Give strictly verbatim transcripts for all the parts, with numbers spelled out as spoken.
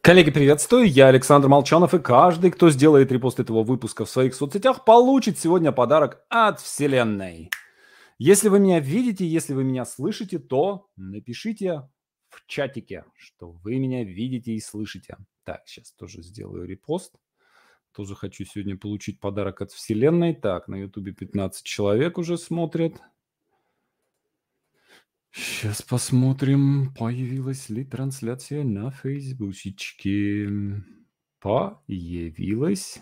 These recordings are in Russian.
Коллеги, приветствую! Я Александр Молчанов, и каждый, кто сделает репост этого выпуска в своих соцсетях, получит сегодня подарок от Вселенной. Если вы меня видите, если вы меня слышите, то напишите в чатике, что вы меня видите и слышите. Так, сейчас тоже сделаю репост. Тоже хочу сегодня получить подарок от Вселенной. Так, на Ютубе пятнадцать человек уже смотрят. Сейчас посмотрим, появилась ли трансляция на фейсбусичке. Появилась.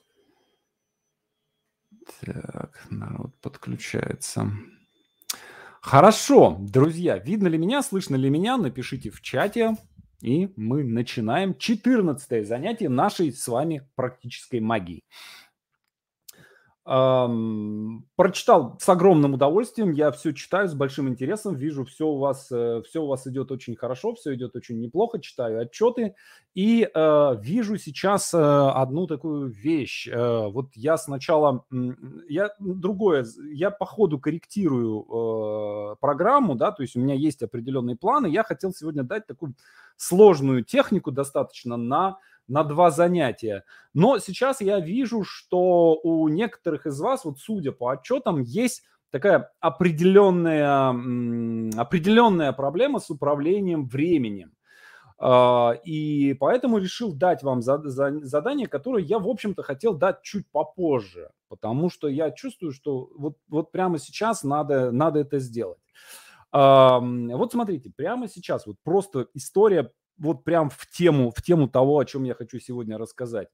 Так, народ подключается. Хорошо, друзья, видно ли меня, слышно ли меня? Напишите в чате, и мы начинаем четырнадцатое занятие нашей с вами практической магии. Ам, прочитал с огромным удовольствием, я все читаю с большим интересом, вижу, все у вас, э, всё у вас идет очень хорошо, все идет очень неплохо, читаю отчеты и, э, вижу сейчас, э, одну такую вещь. Э, вот я сначала, м, я другое, з я по ходу корректирую, э, программу, да, то есть у меня есть определенные планы. Я хотел сегодня дать такую сложную технику достаточно на на два занятия. Но сейчас я вижу, что у некоторых из вас, вот судя по отчетам, есть такая определенная, м, определенная проблема с управлением временем. А, и поэтому решил дать вам зад- за- задание, которое я, в общем-то, хотел дать чуть попозже, потому что я чувствую, что вот, вот прямо сейчас надо, надо это сделать. Ам, вот смотрите, прямо сейчас вот просто история вот прям в тему, в тему того, о чем я хочу сегодня рассказать.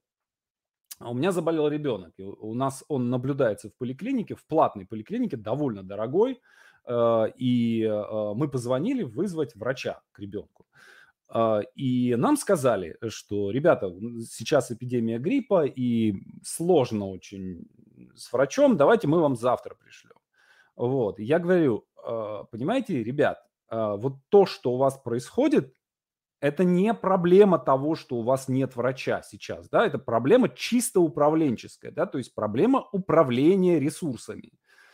А У меня заболел ребенок, и у у нас он наблюдается в поликлинике, в платной поликлинике, довольно дорогой, э, и э, мы позвонили вызвать врача к ребенку. А, И нам сказали, что, ребята, м, сейчас эпидемия гриппа, и сложно очень с врачом, давайте мы вам завтра пришлем. Вот, и я говорю, а, понимаете, ребят, а, вот то, что у вас происходит, это не проблема того, что у вас нет врача сейчас, да, это проблема чисто управленческая, да, то есть проблема управления ресурсами.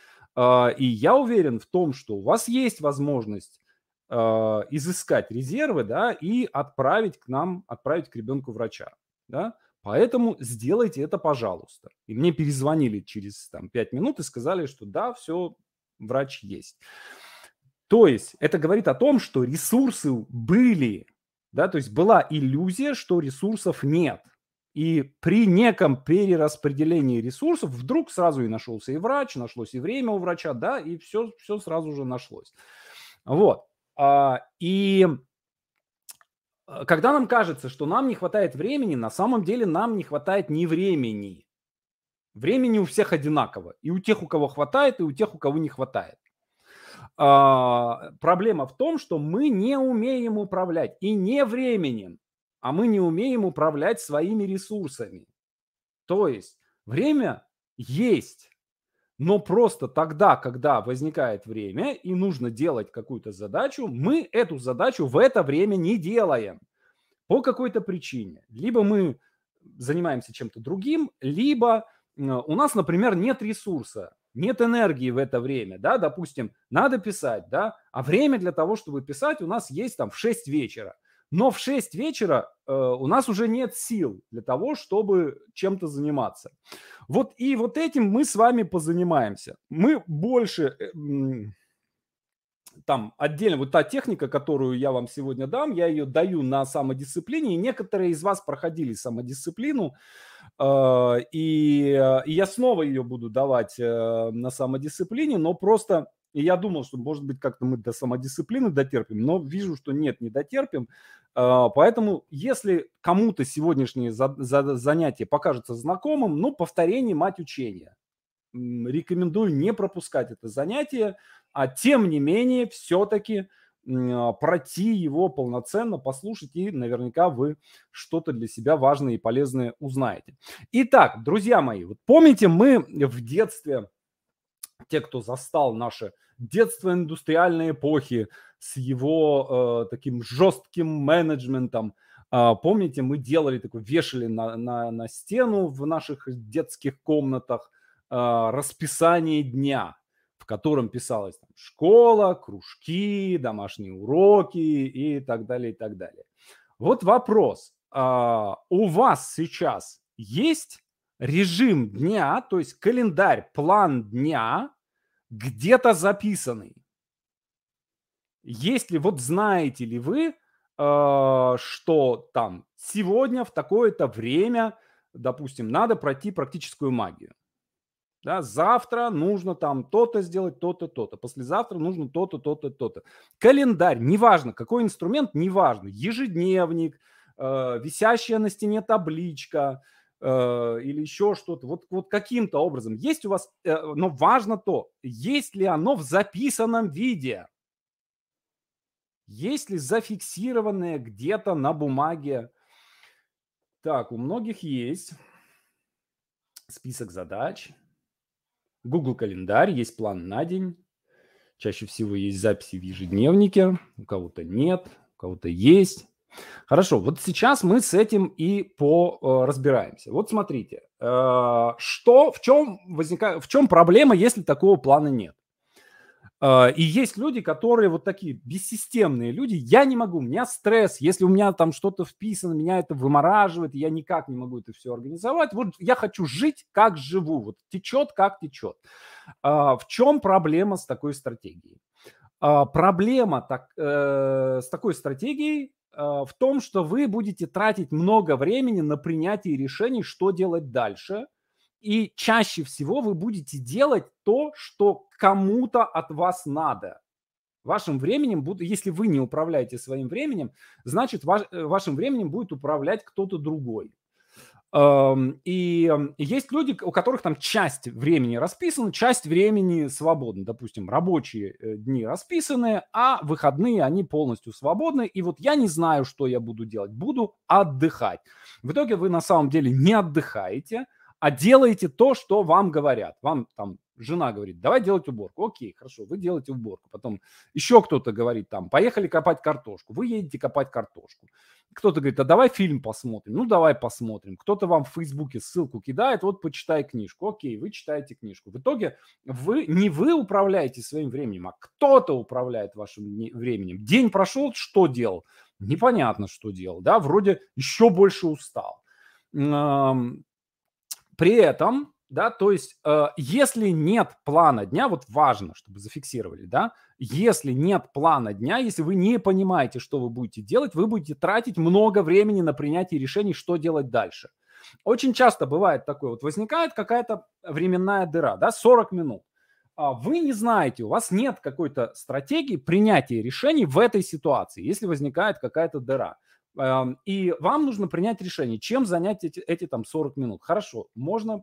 А, И я уверен в том, что у вас есть возможность а, изыскать резервы, да, и отправить к нам, отправить к ребенку врача, да. Поэтому сделайте это, пожалуйста. И мне перезвонили через там, пять минут и сказали, что да, все, врач есть. То есть это говорит о том, что ресурсы были, да, то есть была иллюзия, что ресурсов нет. И при неком перераспределении ресурсов вдруг сразу и нашелся и врач, нашлось и время у врача, да, и все, все сразу же нашлось. Вот. А, И э, когда нам кажется, что нам не хватает времени, на самом деле нам не хватает не времени. Времени у всех одинаково. И у тех, у кого хватает, и у тех, у кого не хватает. А, проблема в том, что мы не умеем управлять и не временем, а мы не умеем управлять своими ресурсами. То есть время есть, но просто тогда, когда возникает время и нужно делать какую-то задачу, мы эту задачу в это время не делаем по какой-то причине. Либо мы занимаемся чем-то другим, либо э, у нас, например, нет ресурса, нет энергии в это время, да, допустим, надо писать, да, а время для того, чтобы писать, у нас есть там в шесть вечера. Но в шесть вечера э, у нас уже нет сил для того, чтобы чем-то заниматься. Вот и вот этим мы с вами позанимаемся. Мы больше э, м, там отдельно вот та техника, которую я вам сегодня дам, я ее даю на самодисциплине, и некоторые из вас проходили самодисциплину, э, и, э, и я снова ее буду давать э, на самодисциплине, но просто и я думал, что, может быть, как-то мы до самодисциплины дотерпим, но вижу, что нет, не дотерпим. Э, Поэтому, если кому-то сегодняшнее за- за- занятие покажется знакомым, ну, повторение– мать учения. М, Рекомендую не пропускать это занятие, а тем не менее все-таки пройти его полноценно, послушать, и наверняка вы что-то для себя важное и полезное узнаете. Итак, друзья мои, вот помните, мы в детстве, те, кто застал наше детство индустриальной эпохи с его э, таким жестким менеджментом, а, помните, мы делали такое, вешали на, на, на стену в наших детских комнатах а, расписание дня, в котором писалось там, школа, кружки, домашние уроки и так далее, и так далее. Вот вопрос. а, у вас сейчас есть режим дня, то есть календарь, план дня где-то записанный? Есть ли, вот знаете ли вы, а, что там сегодня в такое-то время, допустим, надо пройти практическую магию? Да, завтра нужно там то-то сделать, то-то, то-то. Послезавтра нужно то-то, то-то, то-то. Календарь, неважно, какой инструмент, неважно. Ежедневник, э, висящая на стене табличка э, или еще что-то. Вот, вот каким-то образом. Есть у вас, э, но важно то, есть ли оно в записанном виде. Есть ли зафиксированное где-то на бумаге? Так, у многих есть список задач, Google календарь, есть план на день. Чаще всего есть записи в ежедневнике, у кого-то нет, у кого-то есть. Хорошо, вот сейчас мы с этим и по, э, разбираемся. Вот смотрите, э, что, в чем возникает, в чем проблема, если такого плана нет? Э, и есть люди, которые вот такие бессистемные люди. Я не могу, у меня стресс, если у меня там что-то вписано, меня это вымораживает, я никак не могу это все организовать. Вот я хочу жить, как живу, вот течет, как течет. А, в чем проблема с такой стратегией? А, проблема так, э, с такой стратегией а, в том, что вы будете тратить много времени на принятие решений, что делать дальше. И чаще всего вы будете делать то, что кому-то от вас надо. Вашим временем, буд- если вы не управляете своим временем, значит, ваш- э, вашим временем будет управлять кто-то другой. Ам, И ам, есть люди, у которых там часть времени расписана, часть времени свободна. Допустим, рабочие э, дни расписаны, а выходные они полностью свободны. И вот я не знаю, что я буду делать. Буду отдыхать. В итоге вы на самом деле не отдыхаете, а делаете то, что вам говорят. Вам там жена говорит, давай делать уборку. Окей, хорошо, вы делаете уборку. Потом еще кто-то говорит там, поехали копать картошку. Вы едете копать картошку. Кто-то говорит, а давай фильм посмотрим. Ну, давай посмотрим. Кто-то вам в Фейсбуке ссылку кидает, вот почитай книжку. Окей, вы читаете книжку. В итоге вы, не вы управляете своим временем, а кто-то управляет вашим не- временем. День прошел, что делал? Непонятно, что делал. Да, вроде еще больше устал. Ам, При этом, да, то есть, э, если нет плана дня, вот важно, чтобы зафиксировали, да, если нет плана дня, если вы не понимаете, что вы будете делать, вы будете тратить много времени на принятие решений, что делать дальше. Очень часто бывает такое, вот возникает какая-то временная дыра, да, сорок минут. А Вы не знаете, у вас нет какой-то стратегии принятия решений в этой ситуации, если возникает какая-то дыра. Эм, И вам нужно принять решение, чем занять эти, эти там сорок минут. Хорошо, можно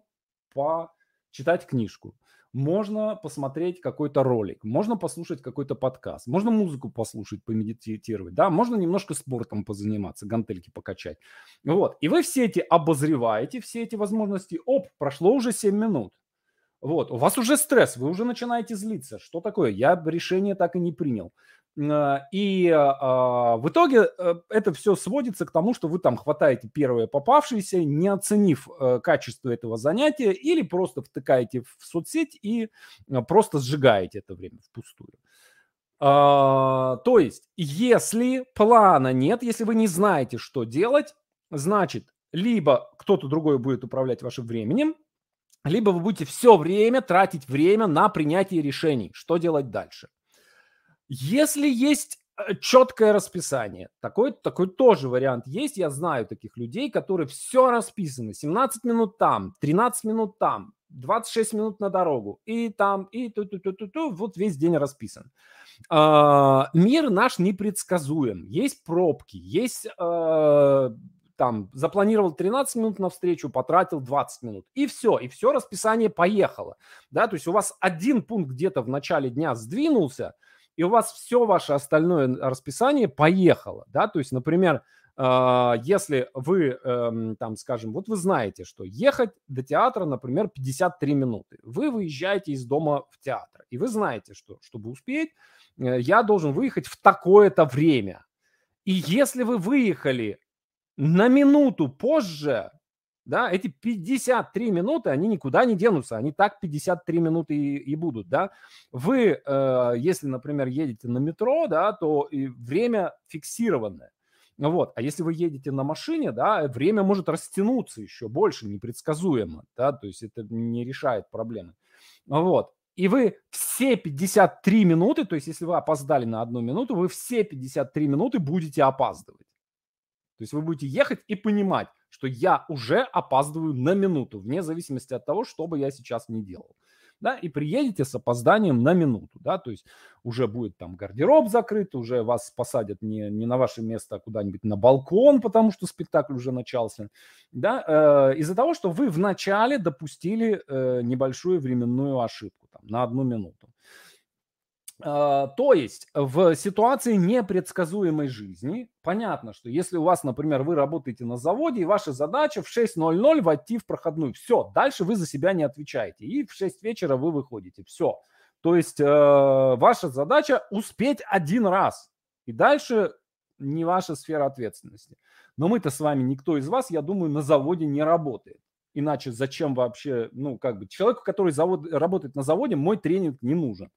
почитать книжку, можно посмотреть какой-то ролик, можно послушать какой-то подкаст, можно музыку послушать, помедитировать, да, можно немножко спортом позаниматься, гантельки покачать. Вот, и вы все эти обозреваете, все эти возможности, оп, прошло уже семь минут. Вот, у вас уже стресс, вы уже начинаете злиться. Что такое? Я решение так и не принял. М, И а, в итоге э, это все сводится к тому, что вы там хватаете первое попавшееся, не оценив э, качество этого занятия, или просто втыкаете в соцсеть и э, просто сжигаете это время впустую. А, То есть, если плана нет, если вы не знаете, что делать, значит, либо кто-то другой будет управлять вашим временем, либо вы будете все время тратить время на принятие решений, что делать дальше. Если есть э, четкое расписание, такой, такой тоже вариант есть. Я знаю таких людей, которые все расписано. семнадцать минут там, тринадцать минут там, двадцать шесть минут на дорогу, и там, и ту-ту-ту-ту-ту, вот весь день расписан. А, Мир наш непредсказуем. Есть пробки, есть э, там запланировал тринадцать минут на встречу, потратил двадцать минут. И все, и все расписание поехало. Да, то есть у вас один пункт где-то в начале дня сдвинулся, и у вас все ваше остальное расписание поехало. Да, то есть, например, э, если вы, эм, там, скажем, вот вы знаете, что ехать до театра, например, пятьдесят три минуты. Вы выезжаете из дома в театр, и вы знаете, что чтобы успеть, э, я должен выехать в такое-то время. И если вы выехали на минуту позже, да, эти пятьдесят три минуты, они никуда не денутся, они так пятьдесят три минуты и, и будут, да. Вы, э, если, например, едете на метро, да, то и время фиксированное. Вот. А если вы едете на машине, да, время может растянуться еще больше, непредсказуемо, да, то есть это не решает проблемы. Вот. И вы все пятьдесят три минуты, то есть если вы опоздали на одну минуту, вы все пятьдесят три минуты будете опаздывать. То есть вы будете ехать и понимать, что я уже опаздываю на минуту, вне зависимости от того, что бы я сейчас ни делал. Да, и приедете с опозданием на минуту, да, то есть уже будет там гардероб закрыт, уже вас посадят не, не на ваше место, а куда-нибудь на балкон, потому что спектакль уже начался, да, э, из-за того, что вы вначале допустили э, небольшую временную ошибку, там, на одну минуту. А, То есть в ситуации непредсказуемой жизни понятно, что если у вас, например, вы работаете на заводе, и ваша задача в шесть ноль ноль войти в проходную, все, дальше вы за себя не отвечаете, и в шесть вечера вы выходите, все. То есть э, ваша задача успеть один раз, и дальше не ваша сфера ответственности. Но мы-то с вами, никто из вас, я думаю, на заводе не работает. Иначе зачем вообще, ну, как бы, человеку, который завод, работает на заводе, мой тренинг не нужен.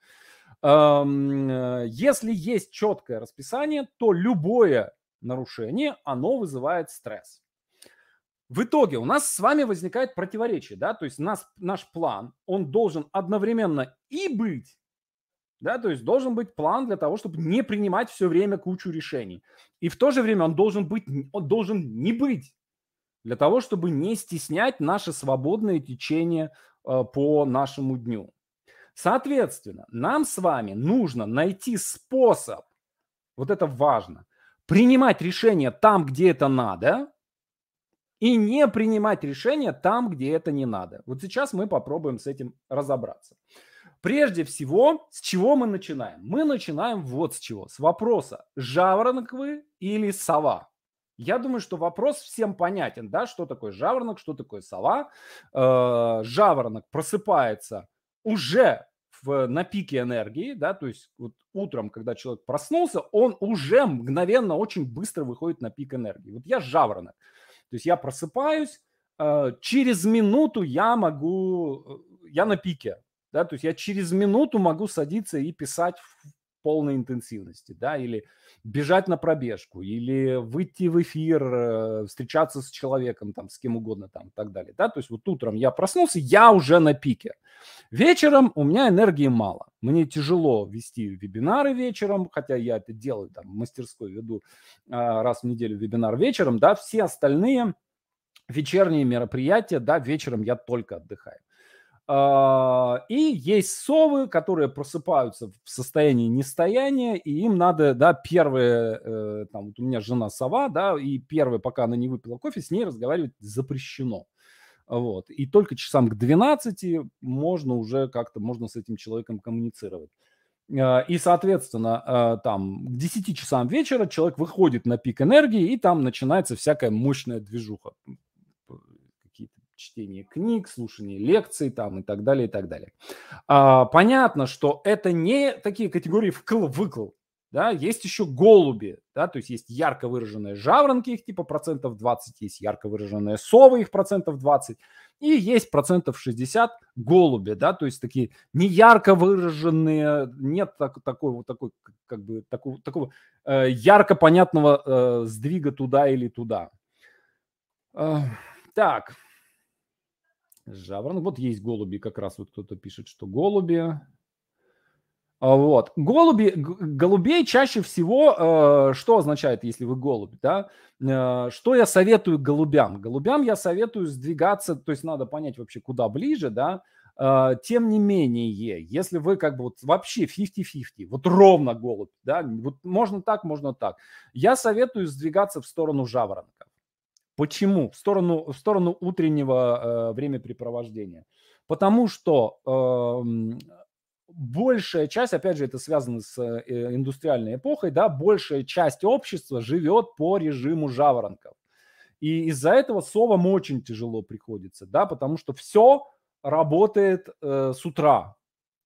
Если есть четкое расписание, то любое нарушение, оно вызывает стресс. В итоге у нас с вами возникает противоречие, да, то есть нас, наш план, он должен одновременно и быть, да, то есть должен быть план для того, чтобы не принимать все время кучу решений. И в то же время он должен быть, он должен не быть, для того, чтобы не стеснять наше свободное течение э, по нашему дню. Соответственно, нам с вами нужно найти способ, вот это важно, принимать решения там, где это надо, и не принимать решения там, где это не надо. Вот сейчас мы попробуем с этим разобраться. Прежде всего, с чего мы начинаем? Мы начинаем вот с чего. С вопроса, жаворонок вы или сова? Я думаю, что вопрос всем понятен, да, что такое жаворонок, что такое сова. Э, Жаворонок просыпается уже в, на пике энергии, да, то есть вот утром, когда человек проснулся, он уже мгновенно, очень быстро выходит на пик энергии. Вот я жаворонок, то есть я просыпаюсь, э, через минуту я могу, э, я на пике, да, то есть я через минуту могу садиться и писать в полной интенсивности, да, или бежать на пробежку, или выйти в эфир, э, встречаться с человеком, там, с кем угодно, там, и так далее, да, то есть вот утром я проснулся, я уже на пике. Вечером у меня энергии мало. Мне тяжело вести вебинары вечером, хотя я это делаю, там, в мастерской веду а, раз в неделю вебинар вечером, да, все остальные вечерние мероприятия, да, вечером я только отдыхаю. А, И есть совы, которые просыпаются в состоянии нестояния, и им надо, да, первые, э, там, вот у меня жена сова, да, и первая, пока она не выпила кофе, с ней разговаривать запрещено. Вот. И только часам к двенадцати можно уже как-то, можно с этим человеком коммуницировать. А, И, соответственно, а, там к десяти часам вечера человек выходит на пик энергии, и там начинается всякая мощная движуха. М, п- Какие-то чтение книг, слушание лекций там и так далее, и так далее. А, Понятно, что это не такие категории вкл-выкл. Да, есть еще голуби, да, то есть есть ярко выраженные жаворонки, их типа процентов двадцать, есть ярко выраженные совы, их процентов двадцать, и есть процентов шестьдесят голуби, да, то есть такие неярко выраженные, нет так, такой вот такой, к- как бы такого, такого э, ярко понятного э, сдвига туда или туда. Э, так, жаворонок, вот есть голуби, как раз вот кто-то пишет, что голуби. А, Вот. Голуби, г- голубей чаще всего, э, что означает, если вы голубь, да? Э, что я советую голубям? Голубям я советую сдвигаться, то есть надо понять вообще, куда ближе, да? Э, тем не менее, если вы как бы вот вообще пятьдесят на пятьдесят, вот ровно голубь, да, вот можно так, можно так, я советую сдвигаться в сторону жаворонка. Почему? В сторону, в сторону утреннего э, времяпрепровождения. Потому что эм, большая часть, опять же, это связано с э, индустриальной эпохой, да, большая часть общества живет по режиму жаворонков. И из-за этого совам очень тяжело приходится, да, потому что все работает э, с утра.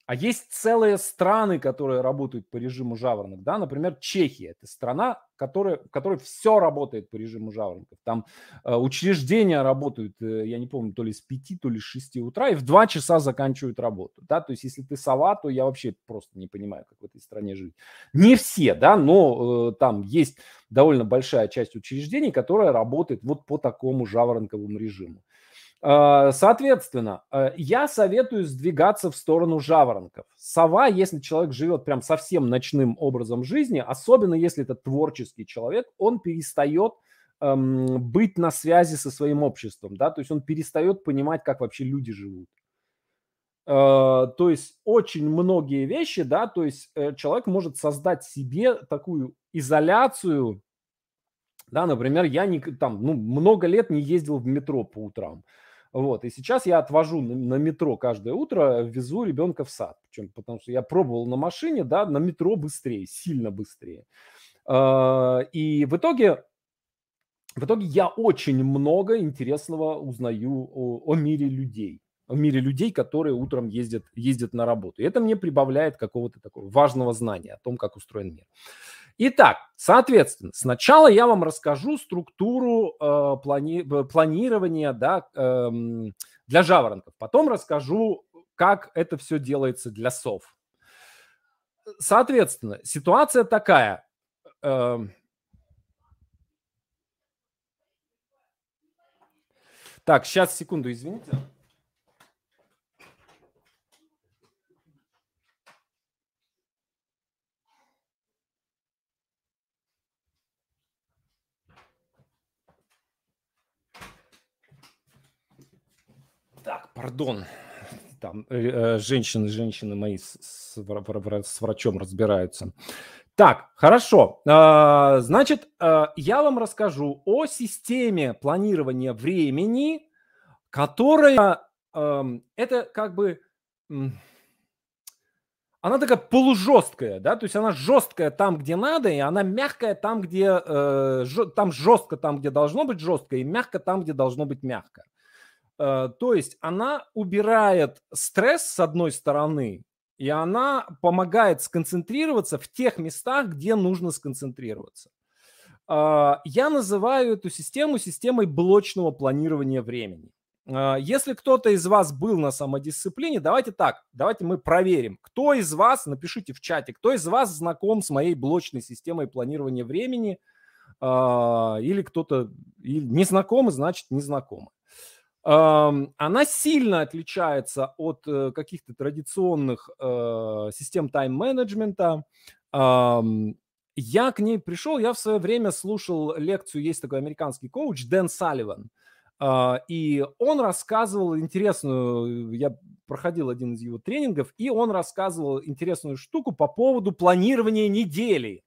А есть целые страны, которые работают по режиму жаворонок, да, например, Чехия. Это страна, которая, в которой все работает по режиму жаворонков. Там э, учреждения работают, э, я не помню, то ли с пяти, то ли с шести утра, и в два часа заканчивают работу, да, то есть если ты сова, то я вообще просто не понимаю, как в этой стране жить. Не все, да, но э, там есть довольно большая часть учреждений, которая работает вот по такому жаворонковому режиму. Э, Соответственно, э, я советую сдвигаться в сторону жаворонков. Сова, если человек живет прям совсем ночным образом жизни, особенно если это творческий человек, он перестает эм, быть на связи со своим обществом, да, то есть он перестает понимать, как вообще люди живут. Э, То есть очень многие вещи, да, то есть э, человек может создать себе такую изоляцию, да, например, я не, там, ну, много лет не ездил в метро по утрам. Вот, и сейчас я отвожу на, на метро каждое утро, везу ребенка в сад. Причем, потому что я пробовал на машине, да, на метро быстрее, сильно быстрее. А, И в итоге, в итоге я очень много интересного узнаю о, о мире людей. О мире людей, которые утром ездят, ездят на работу. И это мне прибавляет какого-то такого важного знания о том, как устроен мир. Итак, соответственно, сначала я вам расскажу структуру э, плани- э, планирования, да, эм, для жаворонков. Потом расскажу, как это все делается для сов. Соответственно, ситуация такая. эм, так, сейчас, секунду, извините. Так, пардон. Там э, э, женщины, женщины мои с, с вра- вра- вра- с врачом разбираются. Так, хорошо. А, Значит, а, я вам расскажу о системе планирования времени, которая, ам, это как бы, м, она такая полужесткая, да, то есть она жесткая там, где надо, и она мягкая там, где, э, жё- там жестко там, где должно быть жестко, и мягко там, где должно быть мягко. Э, то есть она убирает стресс с одной стороны, и она помогает сконцентрироваться в тех местах, где нужно сконцентрироваться. А, Я называю эту систему системой блочного планирования времени. А, Если кто-то из вас был на самодисциплине, давайте так, давайте мы проверим, кто из вас, напишите в чате, кто из вас знаком с моей блочной системой планирования времени, а, или кто-то или не знакомы, значит не знакомы. Ам, Она сильно отличается от э, каких-то традиционных э, систем тайм-менеджмента. Ам, Я к ней пришел, я в свое время слушал лекцию, есть такой американский коуч Дэн Салливан, а, и он рассказывал интересную, я проходил один из его тренингов, и он рассказывал интересную штуку по поводу планирования недели.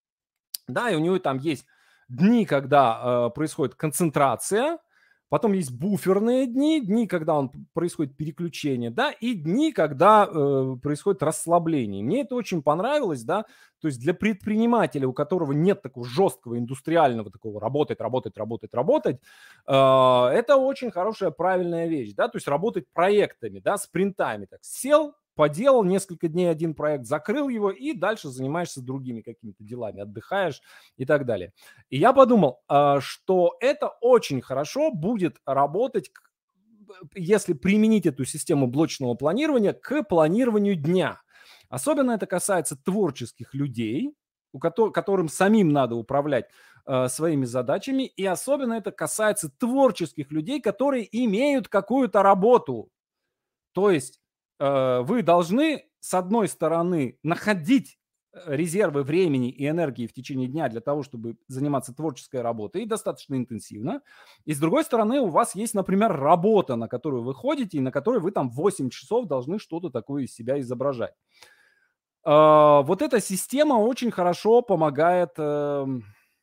Да, и у него там есть дни, когда э, происходит концентрация, потом есть буферные дни, дни, когда он происходит переключение, да, и дни, когда э, происходит расслабление. И мне это очень понравилось, да, то есть для предпринимателя, у которого нет такого жесткого индустриального такого работать, работать, работать, работать, э, это очень хорошая, правильная вещь, да, то есть работать проектами, да, спринтами, так, сел, поделал несколько дней один проект, закрыл его и дальше занимаешься другими какими-то делами, отдыхаешь и так далее. И я подумал, а, что это очень хорошо будет работать, к- если применить эту систему блочного планирования к планированию дня. Особенно это касается творческих людей, у кото- которым самим надо управлять э, своими задачами, и особенно это касается творческих людей, которые имеют какую-то работу. То есть э, вы должны, с одной стороны, находить э, резервы времени и энергии в течение дня для того, чтобы заниматься творческой работой и достаточно интенсивно. И с другой стороны, у вас есть, например, работа, на которую вы ходите и на которой вы там восемь часов должны что-то такое из себя изображать. А, Вот эта система очень хорошо помогает. эм,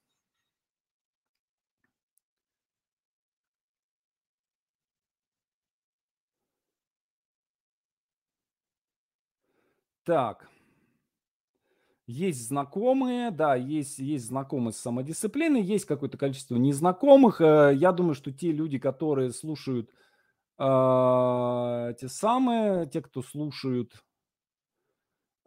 Так, есть знакомые, да, есть, есть знакомые с самодисциплиной, есть какое-то количество незнакомых. Э, Я думаю, что те люди, которые слушают, а, те самые, те, кто слушают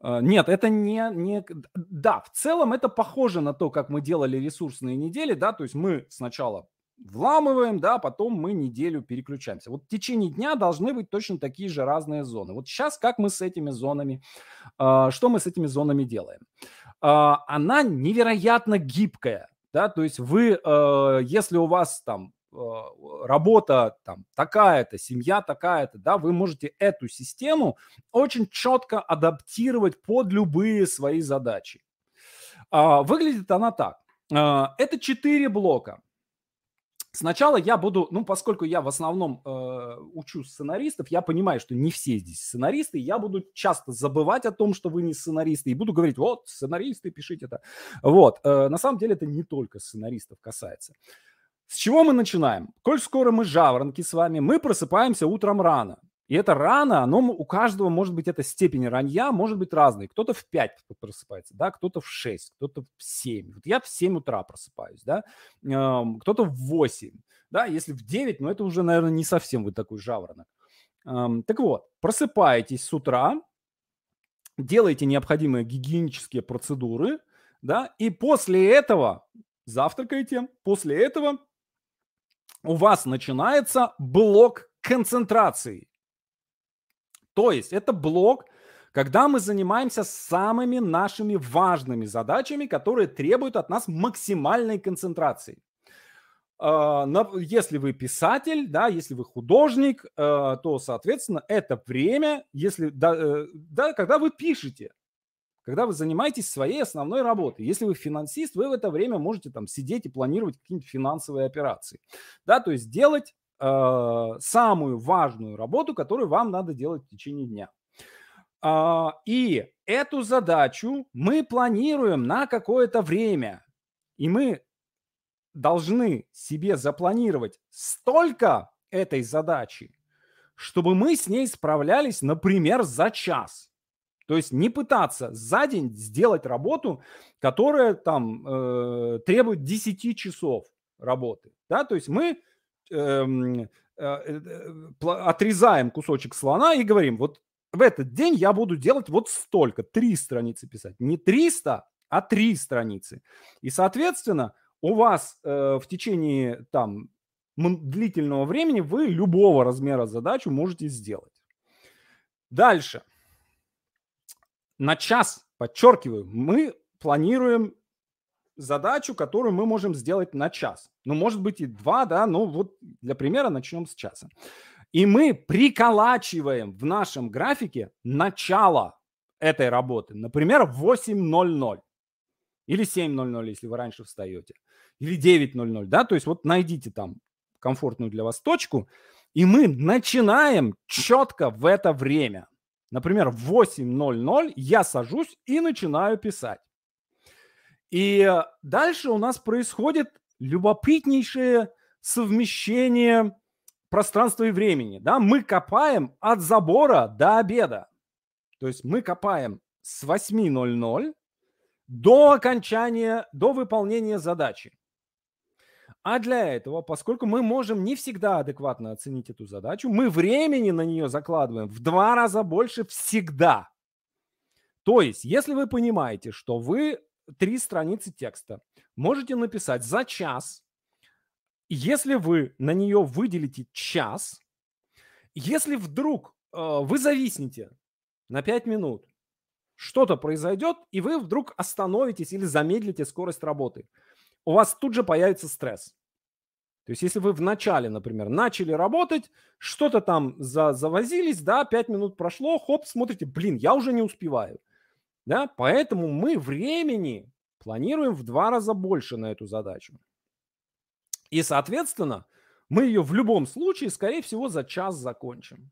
А, Нет, это не, не... к- д- Да, в целом это похоже на то, как мы делали ресурсные недели, да, то есть мы сначала вламываем, да, потом мы неделю переключаемся. Вот в течение дня должны быть точно такие же разные зоны. Вот сейчас как мы с этими зонами, а, что мы с этими зонами делаем? А, Она невероятно гибкая, да, то есть вы, э, если у вас там э, работа там такая-то, семья такая-то, да, вы можете эту систему очень четко адаптировать под любые свои задачи. А, Выглядит она так. А, Это четыре блока. Сначала я буду, ну, поскольку я в основном э, учу сценаристов, я понимаю, что не все здесь сценаристы, я буду часто забывать о том, что вы не сценаристы, и буду говорить, вот, сценаристы, пишите это. Вот, э, на самом деле это не только сценаристов касается. С чего мы начинаем? Коль скоро мы жаворонки с вами, мы просыпаемся утром рано. И это рано, оно м- у каждого может быть, эта степень ранья может быть разной. Кто-то в пять просыпается, да, кто-то в шесть, кто-то в семь. Вот я в семь утра просыпаюсь, да, Эм, кто-то в восемь, да, если в девять, ну это уже, наверное, не совсем вы такой жаворонок. Эм, Так вот, просыпаетесь с утра, делаете необходимые гигиенические процедуры, да, и после этого завтракаете, после этого у вас начинается блок концентрации. То есть это блок, когда мы занимаемся самыми нашими важными задачами, которые требуют от нас максимальной концентрации. А, на- Если вы писатель, да, если вы художник, э, то, соответственно, это время, если, да, э, да, когда вы пишете, когда вы занимаетесь своей основной работой. Если вы финансист, вы в это время можете там сидеть и планировать какие-нибудь финансовые операции. Да, то есть делать э, самую важную работу, которую вам надо делать в течение дня. А, и эту задачу мы планируем на какое-то время. И мы должны себе запланировать столько этой задачи, чтобы мы с ней справлялись, например, за час. То есть не пытаться за день сделать работу, которая там э, требует десять часов работы. Да? То есть мы эм, э, э, пла- отрезаем кусочек слона и говорим, вот в этот день я буду делать вот столько, три страницы писать. Не триста, а три страницы. И, соответственно, у вас э, в течение там м- длительного времени вы любого размера задачу можете сделать. Дальше. На час, подчеркиваю, мы планируем задачу, которую мы можем сделать на час. Ну, может быть и два, да, но вот для примера начнем с часа. И мы приколачиваем в нашем графике начало этой работы. Например, в восемь ноль ноль или семь ноль ноль, если вы раньше встаете, или девять ноль ноль, да, то есть вот найдите там комфортную для вас точку, и мы начинаем четко в это время. Например, в восемь ноль ноль я сажусь и начинаю писать. И э, дальше у нас происходит любопытнейшее совмещение пространства и времени. Да? Мы копаем от забора до обеда. То есть мы копаем с восемь ноль ноль до окончания, до выполнения задачи. А для этого, поскольку мы можем не всегда адекватно оценить эту задачу, мы времени на нее закладываем в два раза больше всегда. То есть, если вы понимаете, что вы три страницы текста можете написать за час, если вы на нее выделите час, если вдруг э, вы зависнете на пять минут, что-то произойдет, и вы вдруг остановитесь или замедлите скорость работы, у вас тут же появится стресс. То есть если вы в начале, например, начали работать, что-то там за, завозились, да, пять минут прошло, хоп, смотрите, блин, я уже не успеваю. Да? Поэтому мы времени планируем в два раза больше на эту задачу. И, соответственно, мы ее в любом случае, скорее всего, за час закончим.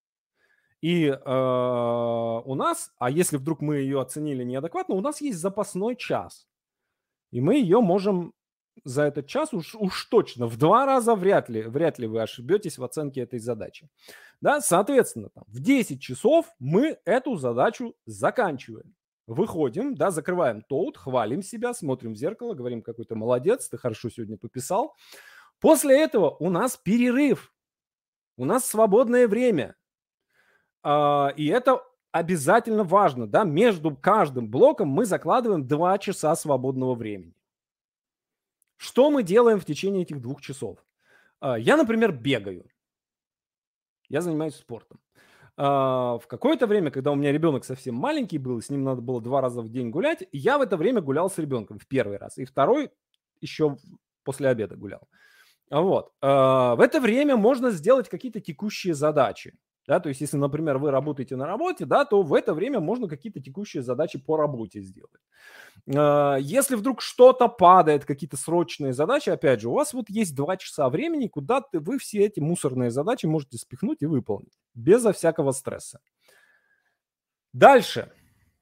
И э, у нас, а если вдруг мы ее оценили неадекватно, у нас есть запасной час. И мы ее можем за этот час уж, уж точно в два раза вряд ли, вряд ли вы ошибетесь в оценке этой задачи. Да? Соответственно, там, в десять часов мы эту задачу заканчиваем. Выходим, да, закрываем тоут, хвалим себя, смотрим в зеркало, говорим, какой ты молодец, ты хорошо сегодня пописал. После этого у нас перерыв, у нас свободное время. А, и это обязательно важно, да, между каждым блоком мы закладываем два часа свободного времени. Что мы делаем в течение этих двух часов? А, Я, например, бегаю. Я занимаюсь спортом. А, В какое-то время, когда у меня ребенок совсем маленький был, с ним надо было два раза в день гулять, я в это время гулял с ребенком в первый раз. И второй еще после обеда гулял. А Вот. А, В это время можно сделать какие-то текущие задачи. Да, то есть, если, например, вы работаете на работе, да, то в это время можно какие-то текущие задачи по работе сделать. А, Если вдруг что-то падает, какие-то срочные задачи, опять же, у вас вот есть два часа времени, куда ты, вы все эти мусорные задачи можете спихнуть и выполнить безо всякого стресса. Дальше.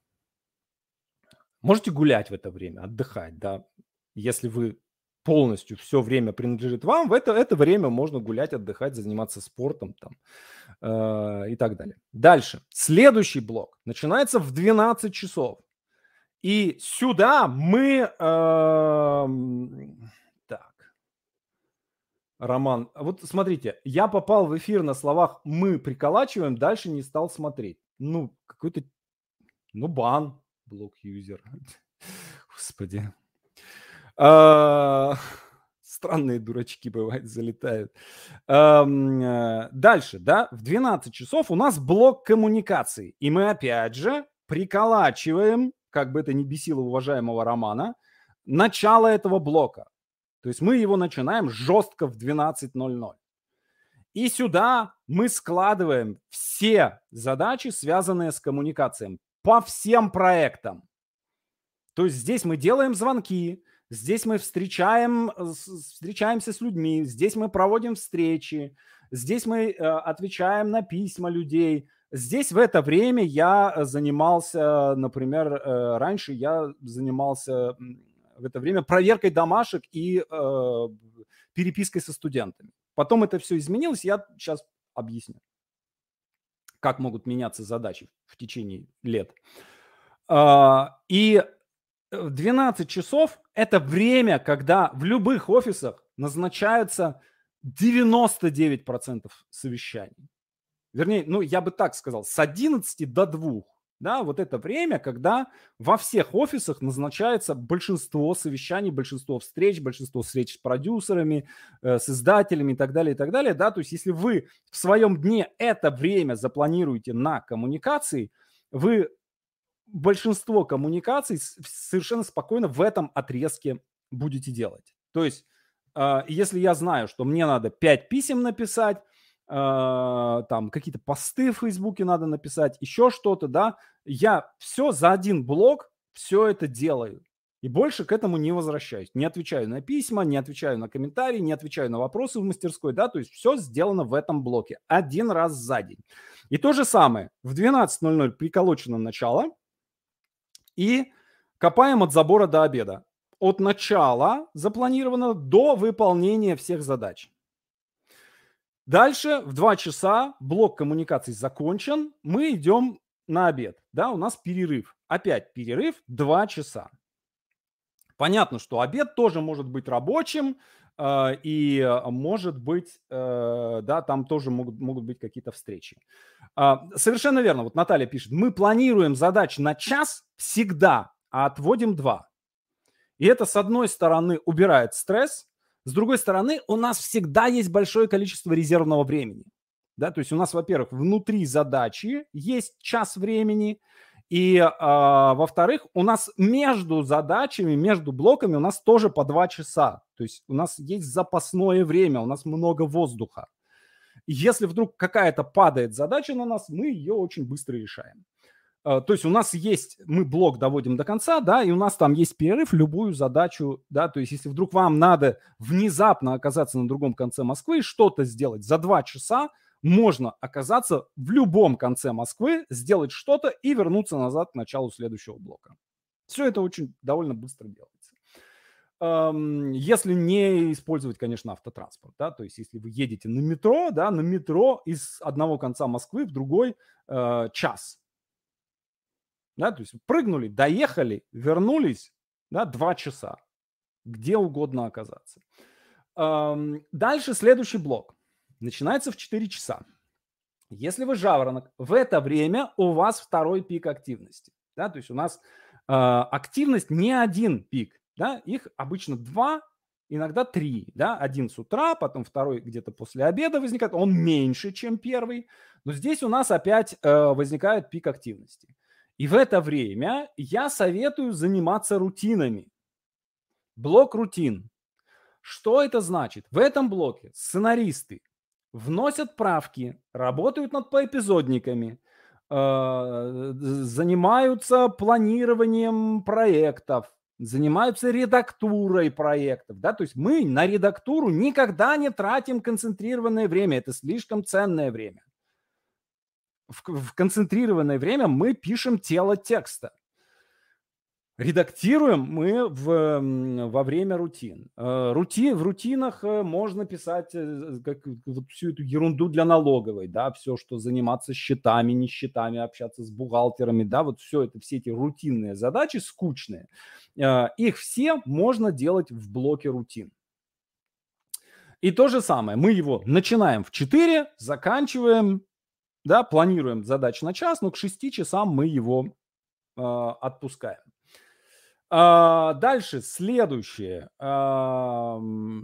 Можете гулять в это время, отдыхать, да. Если вы полностью все время принадлежит вам, в это, это время можно гулять, отдыхать, заниматься спортом там, э, и так далее. Дальше. Следующий блок начинается в двенадцать часов. И сюда мы... эм, так, Роман, вот смотрите, я попал в эфир на словах «мы приколачиваем», дальше не стал смотреть. Ну, какой-то, ну, бан, блок-юзер. Господи. А, Странные дурачки бывают, залетают. Ам, э, Дальше, да, в двенадцать часов у нас блок коммуникаций. И мы опять же приколачиваем, как бы это ни бесило уважаемого Романа, начало этого блока. То есть мы его начинаем жестко в двенадцать ноль ноль. И сюда мы складываем все задачи, связанные с коммуникацией, по всем проектам. То есть здесь мы делаем звонки, здесь мы встречаем, э, с- встречаемся с людьми, здесь мы проводим встречи, здесь мы э, отвечаем на письма людей. Здесь в это время я э, занимался, например, э, раньше я занимался м, в это время проверкой домашек и э, перепиской со студентами. Потом это все изменилось, я сейчас объясню, как могут меняться задачи в течение лет. А, И в двенадцать часов это время, когда в любых офисах назначаются девяносто девять процентов совещаний. Вернее, ну, я бы так сказал, с одиннадцати до двух. Да, вот это время, когда во всех офисах назначается большинство совещаний, большинство встреч, большинство встреч с продюсерами, э, с издателями и так далее, и так далее. Да, то есть если вы в своем дне это время запланируете на коммуникации, вы большинство коммуникаций с- совершенно спокойно в этом отрезке будете делать. То есть, а, если я знаю, что мне надо пять писем написать, а, там какие-то посты в Фейсбуке надо написать, еще что-то, да, я все за один блок, все это делаю. И больше к этому не возвращаюсь. Не отвечаю на письма, не отвечаю на комментарии, не отвечаю на вопросы в мастерской, да, то есть все сделано в этом блоке один раз за день. И то же самое, в двенадцать ноль ноль приколочено начало, и копаем от забора до обеда. От начала запланировано до выполнения всех задач. Дальше в два часа блок коммуникаций закончен, мы идем на обед. Да, у нас перерыв. Опять перерыв два часа. Понятно, что обед тоже может быть рабочим, э, и э, может быть, э, да, там тоже могут, могут быть какие-то встречи. А, Совершенно верно. Вот Наталья пишет, мы планируем задач на час всегда, а отводим два. И это, с одной стороны, убирает стресс, с другой стороны, у нас всегда есть большое количество резервного времени. Да, то есть у нас, во-первых, внутри задачи есть час времени, и, а, во-вторых, у нас между задачами, между блоками у нас тоже по два часа. То есть у нас есть запасное время, у нас много воздуха. И если вдруг какая-то падает задача на нас, мы ее очень быстро решаем. Э, То есть у нас есть, мы блок доводим до конца, да, и у нас там есть перерыв, любую задачу, да, то есть если вдруг вам надо внезапно оказаться на другом конце Москвы и что-то сделать за два часа, можно оказаться в любом конце Москвы, сделать что-то и вернуться назад к началу следующего блока. Все это очень довольно быстро делается. Эм, Если не использовать, конечно, автотранспорт, да, то есть если вы едете на метро, да, на метро из одного конца Москвы в другой э, час, да, то есть прыгнули, доехали, вернулись, да, два часа, где угодно оказаться. Ам, Дальше следующий блок. Начинается в четыре часа. Если вы жаворонок, в это время у вас второй пик активности. Да? То есть у нас э, активность не один пик, да? Их обычно два, иногда три. Да? Один с утра, потом второй где-то после обеда возникает. Он меньше, чем первый. Но здесь у нас опять э, возникает пик активности. И в это время я советую заниматься рутинами. Блок рутин. Что это значит? В этом блоке сценаристы вносят правки, работают над поэпизодниками, э, занимаются планированием проектов, занимаются редактурой проектов. Да? То есть мы на редактуру никогда не тратим концентрированное время. Это слишком ценное время. В, в концентрированное время мы пишем тело текста. Редактируем мы в, во время рутин. Рути, в рутинах можно писать как, вот всю эту ерунду для налоговой, да, все, что заниматься счетами, не счетами, общаться с бухгалтерами, да, вот все это, все эти рутинные задачи, скучные, их все можно делать в блоке рутин. И то же самое, мы его начинаем в четыре, заканчиваем, да, планируем задачи на час, но к шести часам мы его э, отпускаем. А, дальше, следующее. А,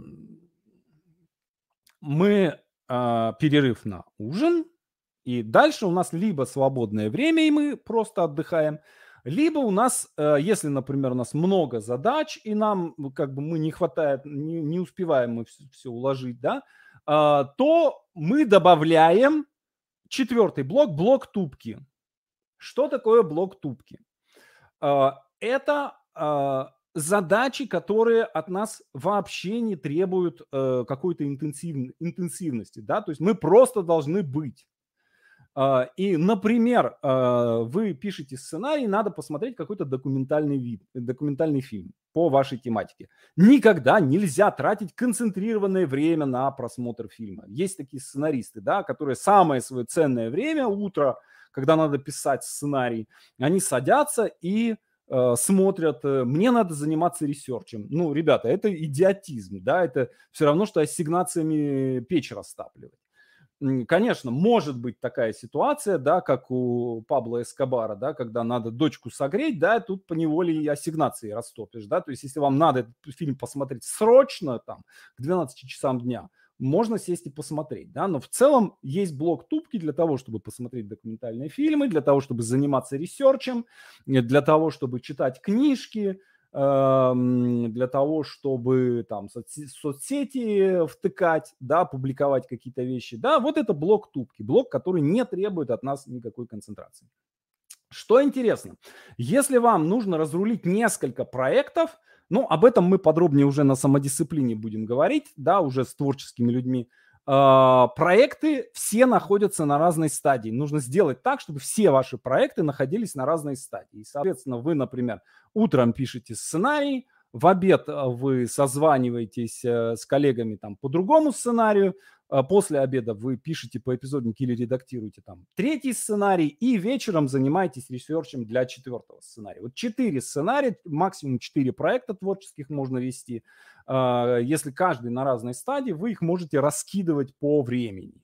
мы а, перерыв на ужин, и дальше у нас либо свободное время, и мы просто отдыхаем, либо у нас, а, если, например, у нас много задач, и нам как бы мы не хватает, не, не успеваем мы все, все уложить, да, а, то мы добавляем четвертый блок, блок тупки. Что такое блок тупки? А, это а, задачи, которые от нас вообще не требуют э, какой-то интенсив, интенсивности, да, то есть мы просто должны быть. А, и, например, а, вы пишете сценарий, надо посмотреть какой-то документальный вид, документальный фильм по вашей тематике. Никогда нельзя тратить концентрированное время на просмотр фильма. Есть такие сценаристы, да, которые самое свое ценное время, утро, когда надо писать сценарий, они садятся и э, смотрят, э, мне надо заниматься ресерчем. Ну, ребята, это идиотизм, да, это все равно, что ассигнациями печь растапливать. Конечно, может быть такая ситуация, да, как у Пабло Эскобара, да, когда надо дочку согреть, да, тут поневоле и ассигнации растопишь, да, то есть если вам надо этот фильм посмотреть срочно, там, к двенадцати часам дня, можно сесть и посмотреть, да, но в целом есть блок тупки для того, чтобы посмотреть документальные фильмы, для того, чтобы заниматься ресерчем, для того, чтобы читать книжки, для того, чтобы там соцсети втыкать, да, публиковать какие-то вещи. Да, вот это блок тупки, блок, который не требует от нас никакой концентрации. Что интересно, если вам нужно разрулить несколько проектов, ну, об этом мы подробнее уже на самодисциплине будем говорить, да, уже с творческими людьми, проекты все находятся на разной стадии. Нужно сделать так, чтобы все ваши проекты находились на разной стадии. И, соответственно, вы, например, утром пишете сценарий, в обед вы созваниваетесь с коллегами там по другому сценарию, после обеда вы пишете по эпизоднике или редактируете там третий сценарий, и вечером занимаетесь ресерчем для четвертого сценария. Вот четыре сценария, максимум четыре проекта творческих можно вести. Если каждый на разной стадии, вы их можете раскидывать по времени.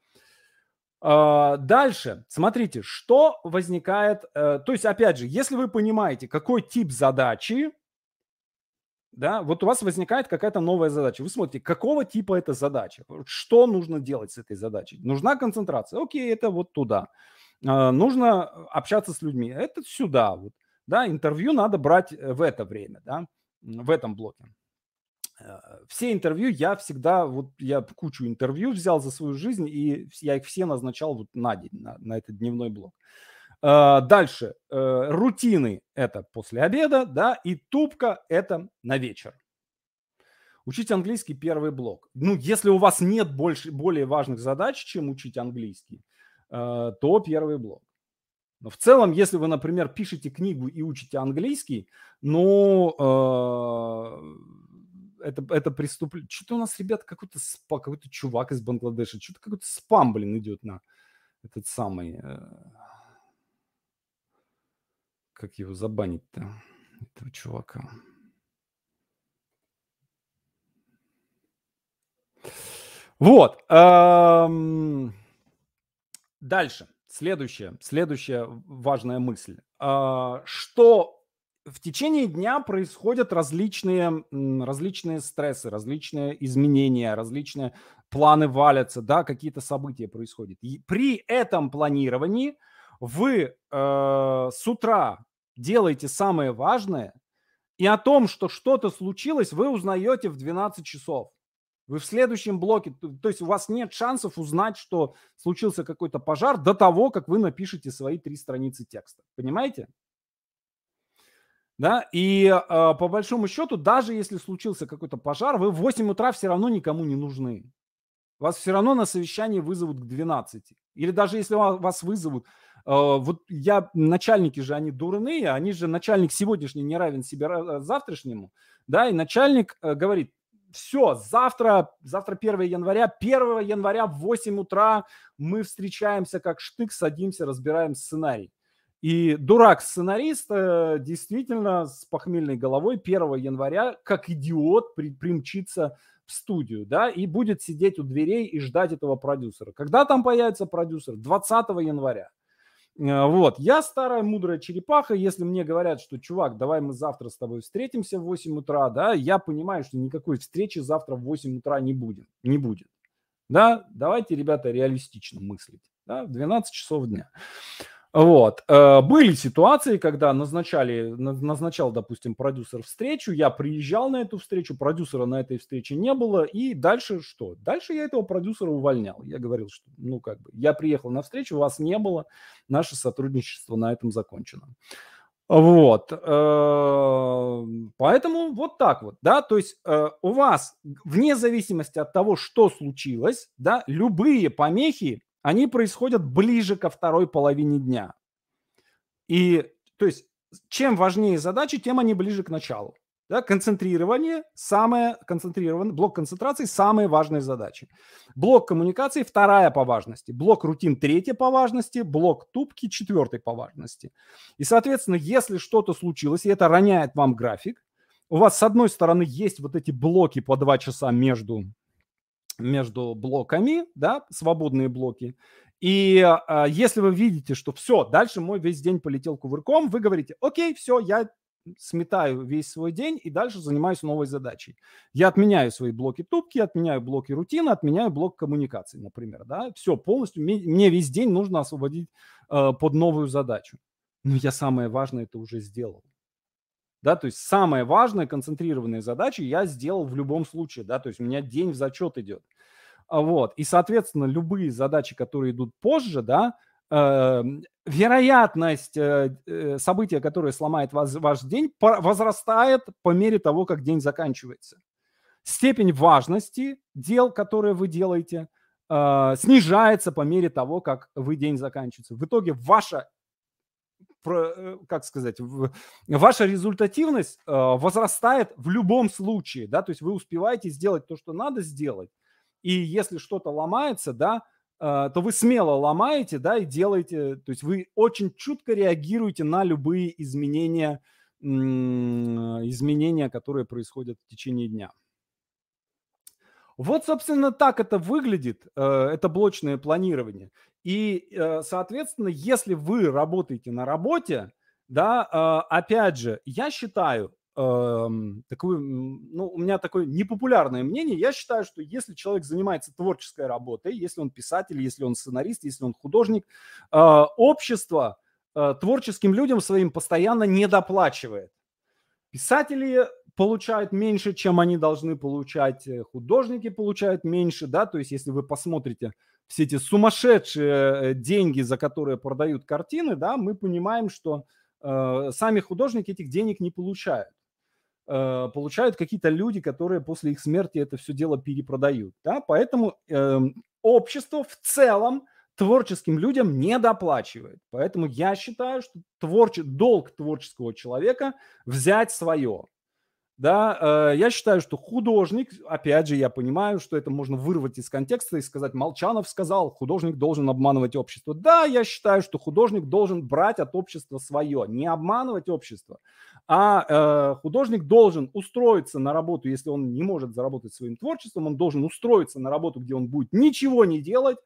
Дальше, смотрите, что возникает. То есть, опять же, если вы понимаете, какой тип задачи, да, вот у вас возникает какая-то новая задача. Вы смотрите, какого типа эта задача, что нужно делать с этой задачей. Нужна концентрация, окей, это вот туда. Нужно общаться с людьми, это сюда. Вот, да, интервью надо брать в это время, да, в этом блоке. Все интервью я всегда, вот я кучу интервью взял за свою жизнь, и я их все назначал вот на день, на, на этот дневной блок. Дальше. Рутины – это после обеда, да, и тупка – это на вечер. Учить английский – первый блок. Ну, если у вас нет больше, более важных задач, чем учить английский, то первый блок. Но в целом, если вы, например, пишете книгу и учите английский, ну, это, это преступление. Что-то у нас, ребята, какой-то спа, какой-то чувак из Бангладеша, что-то какой-то спам, блин, идет на этот самый... Как его забанить-то, этого чувака? Вот. Дальше. Следующая, следующая важная мысль. А, что в течение дня происходят различные, м, различные стрессы, различные изменения, различные планы валятся, да, какие-то события происходят. И при этом планировании вы э, с утра делаете самое важное, и о том, что что-то случилось, вы узнаете в двенадцать часов. Вы в следующем блоке, то, то есть у вас нет шансов узнать, что случился какой-то пожар до того, как вы напишете свои три страницы текста. Понимаете? Да, и э, по большому счету, даже если случился какой-то пожар, вы в восемь утра все равно никому не нужны. Вас все равно на совещание вызовут к двенадцати. Или даже если ва- вас вызовут, э, вот я, начальники же, они дурные, они же, начальник сегодняшний не равен себе ра- завтрашнему, да, и начальник э, говорит, все, завтра, завтра первое января, первого января в восемь утра мы встречаемся как штык, садимся, разбираем сценарий. И дурак-сценарист э, действительно с похмельной головой первого января, как идиот, при, примчится в студию, да, и будет сидеть у дверей и ждать этого продюсера. Когда там появится продюсер? двадцатого января. Э, Вот, я старая мудрая черепаха, если мне говорят, что, чувак, давай мы завтра с тобой встретимся в восемь утра, да, я понимаю, что никакой встречи завтра в восемь утра не будет, не будет. Да, давайте, ребята, реалистично мыслить, да, в двенадцать часов дня. Вот. Э, Были ситуации, когда назначали, на- назначал, допустим, продюсер встречу, я приезжал на эту встречу, продюсера на этой встрече не было, и дальше что? Дальше я этого продюсера увольнял. Я говорил, что, ну, как бы, я приехал на встречу, вас не было, наше сотрудничество на этом закончено. Вот. э, Поэтому вот так вот, да, то есть э, у вас, вне зависимости от того, что случилось, да, любые помехи, они происходят ближе ко второй половине дня. И, то есть, чем важнее задачи, тем они ближе к началу. Да, концентрирование, самое концентрированное, блок концентрации, самые важные задачи. Блок коммуникации, вторая по важности. Блок рутин, третья по важности. Блок тупки, четвертый по важности. И, соответственно, если что-то случилось, и это роняет вам график, у вас, с одной стороны, есть вот эти блоки по два часа между между блоками, да, свободные блоки. И а, если вы видите, что все, дальше мой весь день полетел кувырком, вы говорите, окей, все, я сметаю весь свой день и дальше занимаюсь новой задачей. Я отменяю свои блоки тупки, отменяю блоки рутины, отменяю блок коммуникации, например, да, все, полностью, мне, мне весь день нужно освободить э, под новую задачу. Но я самое важное это уже сделал. Да, то есть самые важные концентрированные задачи я сделал в любом случае, да, то есть у меня день в зачет идет. А, вот. И, соответственно, любые задачи, которые идут позже, да, э, вероятность э, э, события, которое сломает вас, ваш день, по- возрастает по мере того, как день заканчивается. Степень важности дел, которые вы делаете, э, снижается по мере того, как вы день заканчивается. В итоге ваша, про- э, как сказать, в- ваша результативность э, возрастает в любом случае, да, то есть вы успеваете сделать то, что надо сделать, и если что-то ломается, да, э, то вы смело ломаете, да, и делаете, то есть вы очень чутко реагируете на любые изменения, м, изменения, которые происходят в течение дня. Вот, собственно, так это выглядит, э, это блочное планирование. И, э, соответственно, если вы работаете на работе, да, э, опять же, я считаю, эм, такую, м, ну, у меня такое непопулярное мнение, я считаю, что если человек занимается творческой работой, если он писатель, если он сценарист, если он художник, э, общество э, творческим людям своим постоянно недоплачивает. Писатели получают меньше, чем они должны получать, э, художники получают меньше, да, то есть если вы посмотрите все эти сумасшедшие э, деньги, за которые продают картины, да, мы понимаем, что э, сами художники этих денег не получают. Э, получают какие-то люди, которые после их смерти это все дело перепродают, да, поэтому эм, общество в целом творческим людям не доплачивает. Поэтому я считаю, что творче... долг творческого человека взять свое. Да, э, я считаю, что художник, опять же, я понимаю, что это можно вырвать из контекста и сказать, Молчанов сказал, художник должен обманывать общество. Да, я считаю, что художник должен брать от общества свое, не обманывать общество, а э, художник должен устроиться на работу, если он не может заработать своим творчеством, он должен устроиться на работу, где он будет ничего не делать,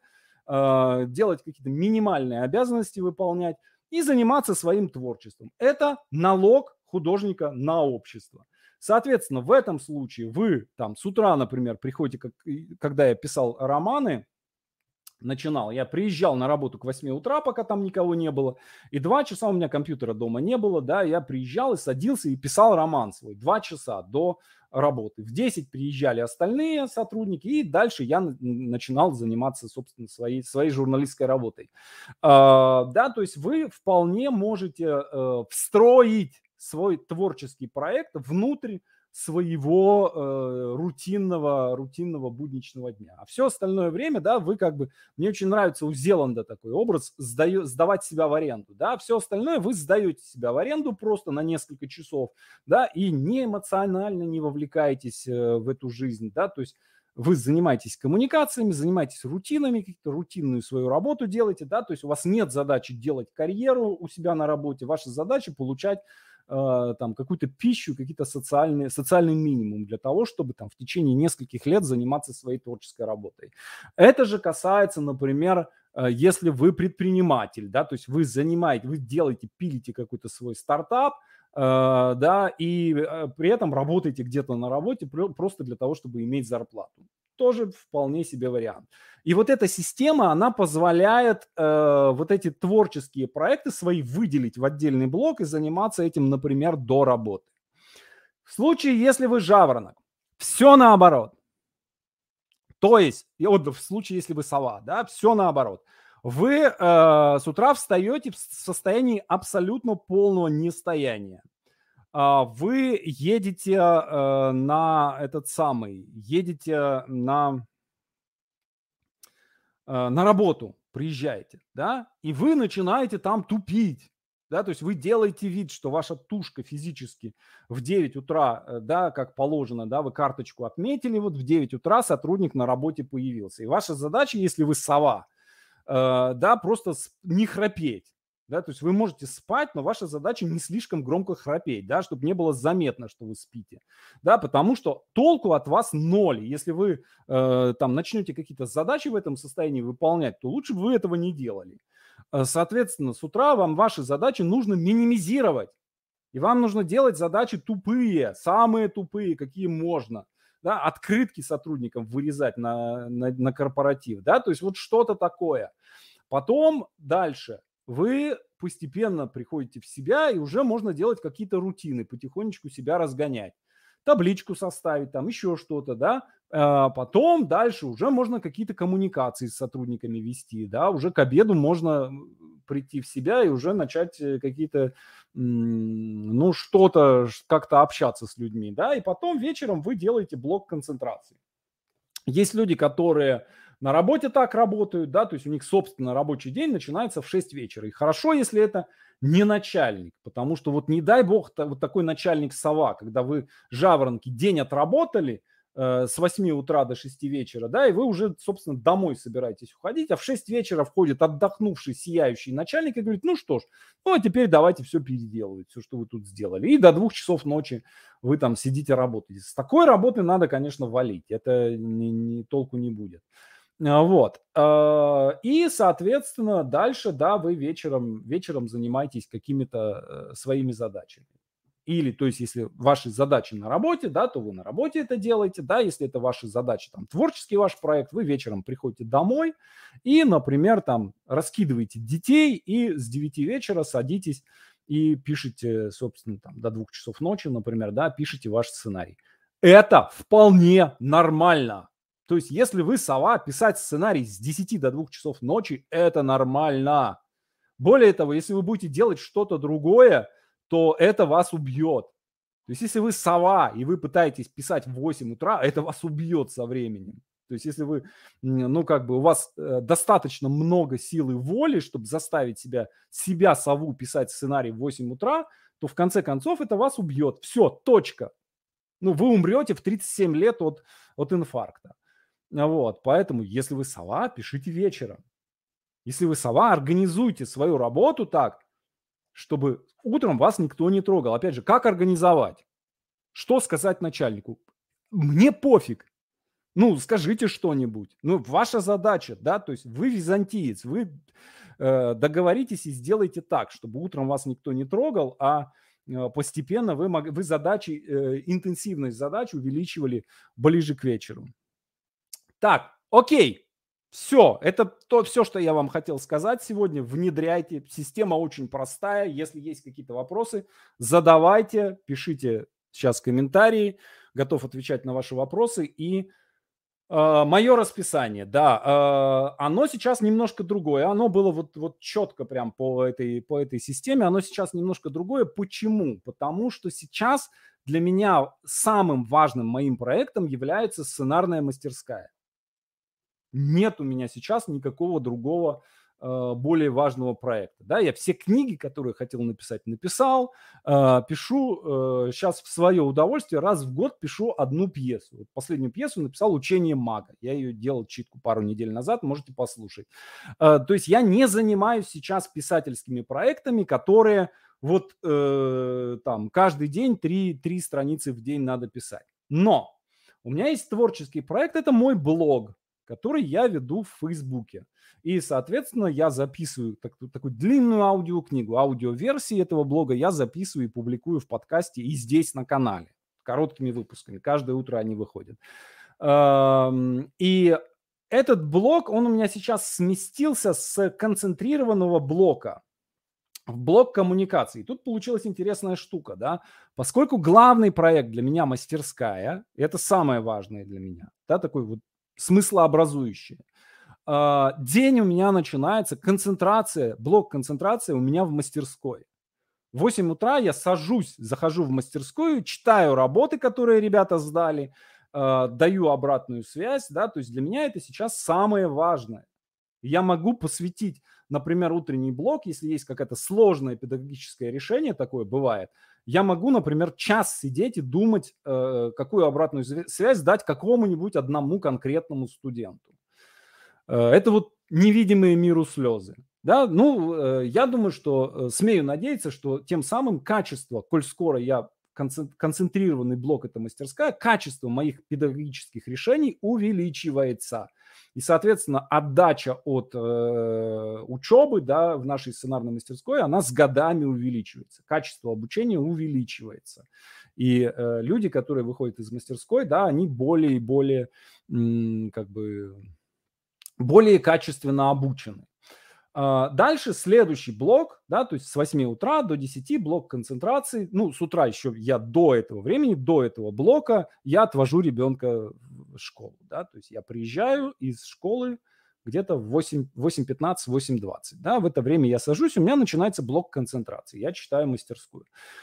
э, делать какие-то минимальные обязанности выполнять и заниматься своим творчеством. Это налог художника на общество. Соответственно, в этом случае вы там с утра, например, приходите, как, когда я писал романы, начинал, я приезжал на работу к восьми утра, пока там никого не было, и два часа у меня компьютера дома не было, да, я приезжал и садился и писал роман свой, два часа до работы. В десять приезжали остальные сотрудники, и дальше я начинал заниматься, собственно, своей, своей журналистской работой. А, да, то есть вы вполне можете э, встроить свой творческий проект внутрь своего э, рутинного, рутинного будничного дня. А все остальное время, да, вы как бы, мне очень нравится у Зеланда такой образ, сдаю, сдавать себя в аренду, да, все остальное вы сдаете себя в аренду просто на несколько часов, да, и не эмоционально не вовлекаетесь э, в эту жизнь, да, то есть вы занимаетесь коммуникациями, занимаетесь рутинами, какую-то рутинную свою работу делаете, да, то есть у вас нет задачи делать карьеру у себя на работе, ваша задача получать там какую-то пищу, какие-то социальные, социальный минимум для того, чтобы там в течение нескольких лет заниматься своей творческой работой. Это же касается, например, если вы предприниматель, да, то есть вы занимаете, вы делаете, пилите какой-то свой стартап, да, и при этом работаете где-то на работе просто для того, чтобы иметь зарплату. Тоже вполне себе вариант. И вот эта система, она позволяет э, вот эти творческие проекты свои выделить в отдельный блок и заниматься этим, например, до работы. В случае, если вы жаворонок, все наоборот. То есть, вот в случае, если вы сова, да, все наоборот. Вы э, с утра встаете в состоянии абсолютно полного нестояния. Вы едете э, на этот самый, едете на, э, на работу, приезжаете, да, и вы начинаете там тупить, да, то есть вы делаете вид, что ваша тушка физически в девять утра, э, да, как положено, да, вы карточку отметили, вот в девять утра сотрудник на работе появился. И ваша задача, если вы сова, э, да, просто не храпеть. Да, то есть вы можете спать, но ваша задача не слишком громко храпеть, да, чтобы не было заметно, что вы спите, да, потому что толку от вас ноль. Если вы э, там начнете какие-то задачи в этом состоянии выполнять, то лучше бы вы этого не делали. Соответственно, с утра вам ваши задачи нужно минимизировать, и вам нужно делать задачи тупые, самые тупые, какие можно. Да, открытки сотрудникам вырезать на, на, на корпоратив, да, то есть вот что-то такое. Потом дальше. Вы постепенно приходите в себя, и уже можно делать какие-то рутины, потихонечку себя разгонять. Табличку составить, там еще что-то, да. А потом дальше уже можно какие-то коммуникации с сотрудниками вести, да. Уже к обеду можно прийти в себя и уже начать какие-то, ну, что-то, как-то общаться с людьми, да. И потом вечером вы делаете блок концентрации. Есть люди, которые на работе так работают, да, то есть у них, собственно, рабочий день начинается в шесть вечера. И хорошо, если это не начальник, потому что вот не дай бог вот такой начальник сова, когда вы, жаворонки, день отработали э, с восьми утра до шести вечера, да, и вы уже, собственно, домой собираетесь уходить, а в шесть вечера входит отдохнувший, сияющий начальник и говорит, ну что ж, ну а теперь давайте все переделывать, все, что вы тут сделали. И до двух часов ночи вы там сидите, работаете. С такой работы надо, конечно, валить, это не, не, толку не будет. Вот. И, соответственно, дальше, да, вы вечером, вечером занимаетесь какими-то своими задачами. Или, то есть, если ваши задачи на работе, да, то вы на работе это делаете, да, если это ваши задачи, там, творческий ваш проект, вы вечером приходите домой и, например, там, раскидываете детей и с девяти вечера садитесь и пишете, собственно, там, до двух часов ночи, например, да, пишете ваш сценарий. Это вполне нормально. То есть, если вы сова, писать сценарий с десяти до двух часов ночи – это нормально. Более того, если вы будете делать что-то другое, то это вас убьет. То есть, если вы сова и вы пытаетесь писать в восемь утра, это вас убьет со временем. То есть, если вы, ну, как бы у вас достаточно много силы воли, чтобы заставить себя, себя сову писать сценарий в восемь утра, то в конце концов это вас убьет. Все, точка. Ну, вы умрете в тридцать семь лет от, от инфаркта. Вот, поэтому, если вы сова, пишите вечером. Если вы сова, организуйте свою работу так, чтобы утром вас никто не трогал. Опять же, как организовать? Что сказать начальнику? Мне пофиг. Ну, скажите что-нибудь. Ну, ваша задача, да, то есть вы византиец, вы э, договоритесь и сделайте так, чтобы утром вас никто не трогал, а э, постепенно вы, мог, вы задачи, э, интенсивность задач увеличивали ближе к вечеру. Так, окей. Все, это то, все, что я вам хотел сказать сегодня. Внедряйте. Система очень простая. Если есть какие-то вопросы, задавайте, пишите сейчас комментарии. Готов отвечать на ваши вопросы. И э, мое расписание, да, э, оно сейчас немножко другое. Оно было вот, вот четко прям по этой, по этой системе. Оно сейчас немножко другое. Почему? Потому что сейчас для меня самым важным моим проектом является сценарная мастерская. Нет у меня сейчас никакого другого э, более важного проекта. Да, я все книги, которые хотел написать, написал. Э, пишу э, сейчас в свое удовольствие, раз в год пишу одну пьесу. Вот последнюю пьесу написал «Учение мага». Я ее делал читку пару недель назад, можете послушать. Э, то есть я не занимаюсь сейчас писательскими проектами, которые вот э, там каждый день три, три страницы в день надо писать. Но у меня есть творческий проект, это мой блог, который я веду в Фейсбуке. И, соответственно, я записываю так, такую длинную аудиокнигу, аудиоверсии этого блога я записываю и публикую в подкасте и здесь на канале, короткими выпусками. Каждое утро они выходят. И этот блок, он у меня сейчас сместился с концентрированного блока в блок коммуникаций. Тут получилась интересная штука, да, поскольку главный проект для меня мастерская, это самое важное для меня, да, такой вот смыслообразующее. День у меня начинается, концентрация, блок концентрации у меня в мастерской. В восемь утра я сажусь, захожу в мастерскую, читаю работы, которые ребята сдали, даю обратную связь, да, то есть для меня это сейчас самое важное. Я могу посвятить, например, утренний блок, если есть какое-то сложное педагогическое решение, такое бывает, я могу, например, час сидеть и думать, э, какую обратную связь дать какому-нибудь одному конкретному студенту. Э, это вот невидимые миру слезы. Да? Ну, э, я думаю, что, э, смею надеяться, что тем самым качество, коль скоро я концентрированный блок – это мастерская, качество моих педагогических решений увеличивается. И, соответственно, отдача от э, учебы, да, в нашей сценарной мастерской, она с годами увеличивается. Качество обучения увеличивается. И э, люди, которые выходят из мастерской, да, они более и более, м, как бы, более качественно обучены. Дальше следующий блок, да, то есть с восьми утра до десяти блок концентрации. Ну, с утра еще я до этого времени, до этого блока я отвожу ребенка в школу, да, то есть я приезжаю из школы где-то в восемь пятнадцать, восемь двадцать, да, в это время я сажусь, у меня начинается блок концентрации, я читаю мастерскую.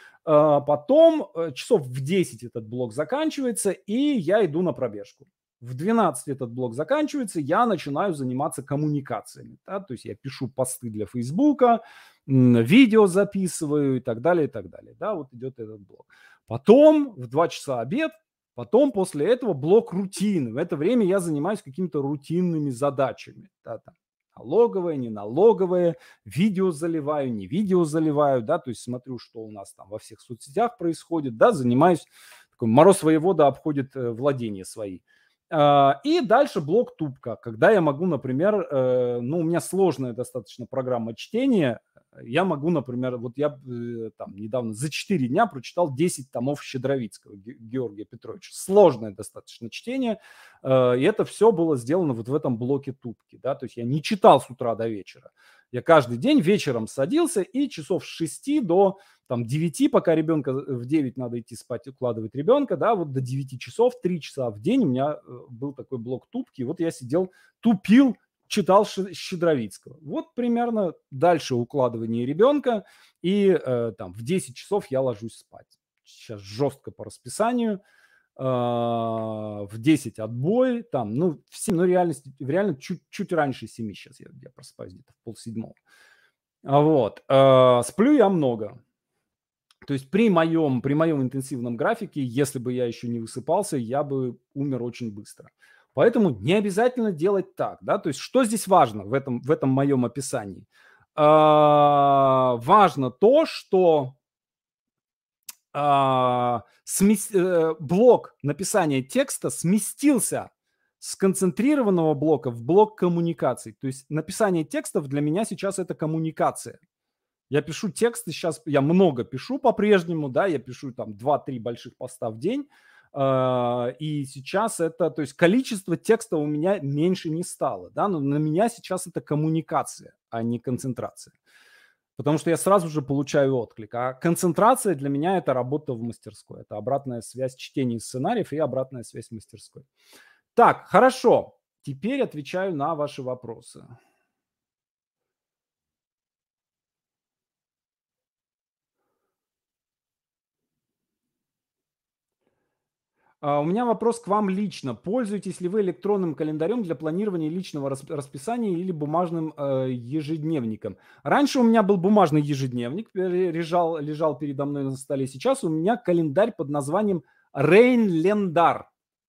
Потом часов в десять этот блок заканчивается, и я иду на пробежку. В двенадцать этот блок заканчивается, я начинаю заниматься коммуникациями. Да? То есть я пишу посты для Фейсбука, видео записываю и так далее, и так далее. Да, вот идет этот блок. Потом в два часа обед, потом после этого блок рутины. В это время я занимаюсь какими-то рутинными задачами. Да, там, налоговые, не налоговые, видео заливаю, не видео заливаю, да, то есть смотрю, что у нас там во всех соцсетях происходит, да, занимаюсь, такой мороз воевода обходит э, владения свои. И дальше блок тупка, когда я могу, например, ну, у меня сложная достаточно программа чтения, я могу, например, вот я там недавно за четыре дня прочитал десять томов Щедровицкого Георгия Петровича. Сложное достаточно чтение, и это все было сделано вот в этом блоке тупки, да, то есть я не читал с утра до вечера. Я каждый день вечером садился и часов с шести до там, девяти, пока ребенка в девять надо идти спать, укладывать ребенка, да, вот до девяти часов, три часа в день у меня был такой блок тупки, вот я сидел, тупил, читал Щедровицкого. Вот примерно дальше укладывание ребенка, и э, там в десять часов я ложусь спать. Сейчас жестко по расписанию, э, в десять отбой, там, ну, в семь, ну, реальности, реально чуть, чуть раньше семи сейчас я, я просыпаюсь где-то в полседьмого. Вот. Э, сплю я много. То есть при моем, при моем интенсивном графике, если бы я еще не высыпался, я бы умер очень быстро. Поэтому не обязательно делать так, да, то есть что здесь важно в этом, в этом моем описании? А, важно то, что а, смес... блок написания текста сместился с концентрированного блока в блок коммуникаций. То есть написание текстов для меня сейчас это коммуникация. Я пишу тексты сейчас, я много пишу по-прежнему, да, я пишу там два-три больших поста в день, а, и сейчас это, то есть количество текста у меня меньше не стало, да, но на меня сейчас это коммуникация, а не концентрация. Потому что я сразу же получаю отклик. А концентрация для меня – это работа в мастерской. Это обратная связь чтения сценариев и обратная связь в мастерской. Так, хорошо. Теперь отвечаю на ваши вопросы. А, У меня вопрос к вам лично. Пользуетесь ли вы электронным календарем для планирования личного рас- расписания или бумажным э, ежедневником? Раньше у меня был бумажный ежедневник, э, лежал, лежал передо мной на столе. Сейчас у меня календарь под названием Рейнлендар.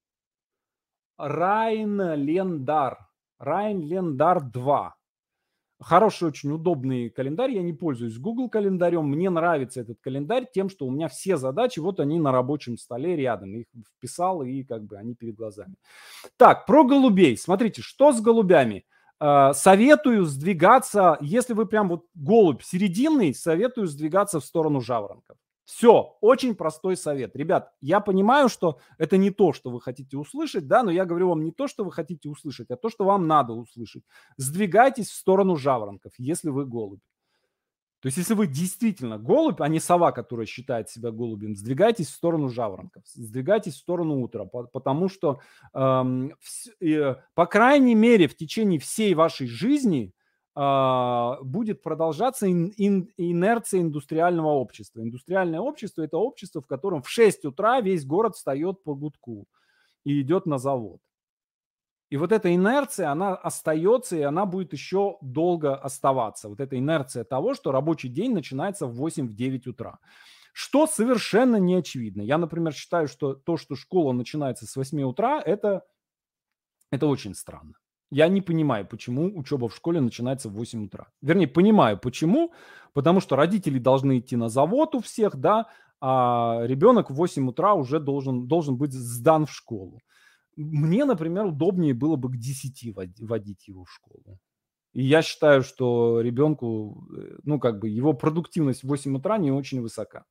Райнлендар. Райнлендар два. Хороший, очень удобный календарь. Я не пользуюсь Google календарем. Мне нравится этот календарь тем, что у меня все задачи, вот они на рабочем столе рядом. Их вписал, и как бы они перед глазами. Так, про голубей. Смотрите, что с голубями? Э, Советую сдвигаться, если вы прям вот голубь серединный, советую сдвигаться в сторону жаворонков. Все, очень простой совет. Ребят, я понимаю, что это не то, что вы хотите услышать, да, но я говорю вам не то, что вы хотите услышать, а то, что вам надо услышать. Сдвигайтесь в сторону жаворонков, если вы голубь. То есть, если вы действительно голубь, а не сова, которая считает себя голубем, сдвигайтесь в сторону жаворонков, сдвигайтесь в сторону утра, по- потому что, эм, вс- э, по крайней мере, в течение всей вашей жизни а, будет продолжаться ин- ин- инерция индустриального общества. Индустриальное общество – это общество, в котором в шесть утра весь город встает по гудку и идет на завод. И вот эта инерция, она остается, и она будет еще долго оставаться. Вот эта инерция того, что рабочий день начинается в восемь-девять утра. Что совершенно не очевидно. Я, например, считаю, что то, что школа начинается с восьми утра, это, это очень странно. Я не понимаю, почему учеба в школе начинается в восемь утра. Вернее, понимаю, почему. Потому что родители должны идти на завод у всех, да, а ребенок в восемь утра уже должен, должен быть сдан в школу. Мне, например, удобнее было бы к десяти вод- водить его в школу. И я считаю, что ребенку, э, ну, как бы его продуктивность в восемь утра не очень высока.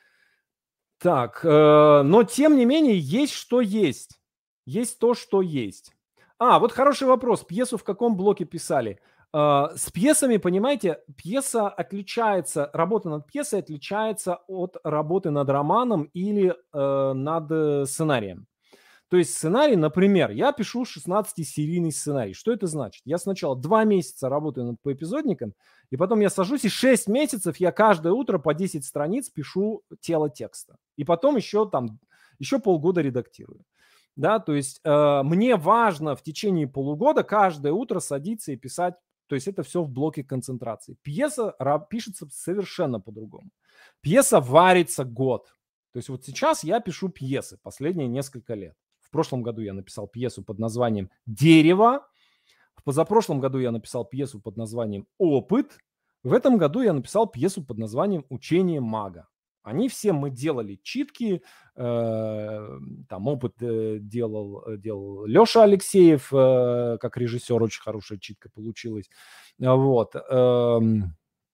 Так, э, но тем не менее есть что есть. Есть то, что есть. А, вот хороший вопрос. Пьесу в каком блоке писали? А, С пьесами, понимаете, пьеса отличается, работа над пьесой отличается от работы над романом или э, над э, сценарием. То есть сценарий, например, я пишу шестнадцатисерийный сценарий. Что это значит? Я сначала два месяца работаю над поэпизодником, и потом я сажусь, и шесть месяцев я каждое утро по десять страниц пишу тело текста. И потом еще там, еще полгода редактирую. Да, то есть э, мне важно в течение полугода каждое утро садиться и писать. То есть это все в блоке концентрации. Пьеса ра- пишется совершенно по-другому. Пьеса варится год. То есть вот сейчас я пишу пьесы последние несколько лет. В прошлом году я написал пьесу под названием «Дерево». В позапрошлом году я написал пьесу под названием «Опыт». В этом году я написал пьесу под названием «Учение мага». Они все мы делали читки, э, там опыт э, делал, э, делал Леша Алексеев, э, как режиссер, очень хорошая читка получилась. А, Вот. эм,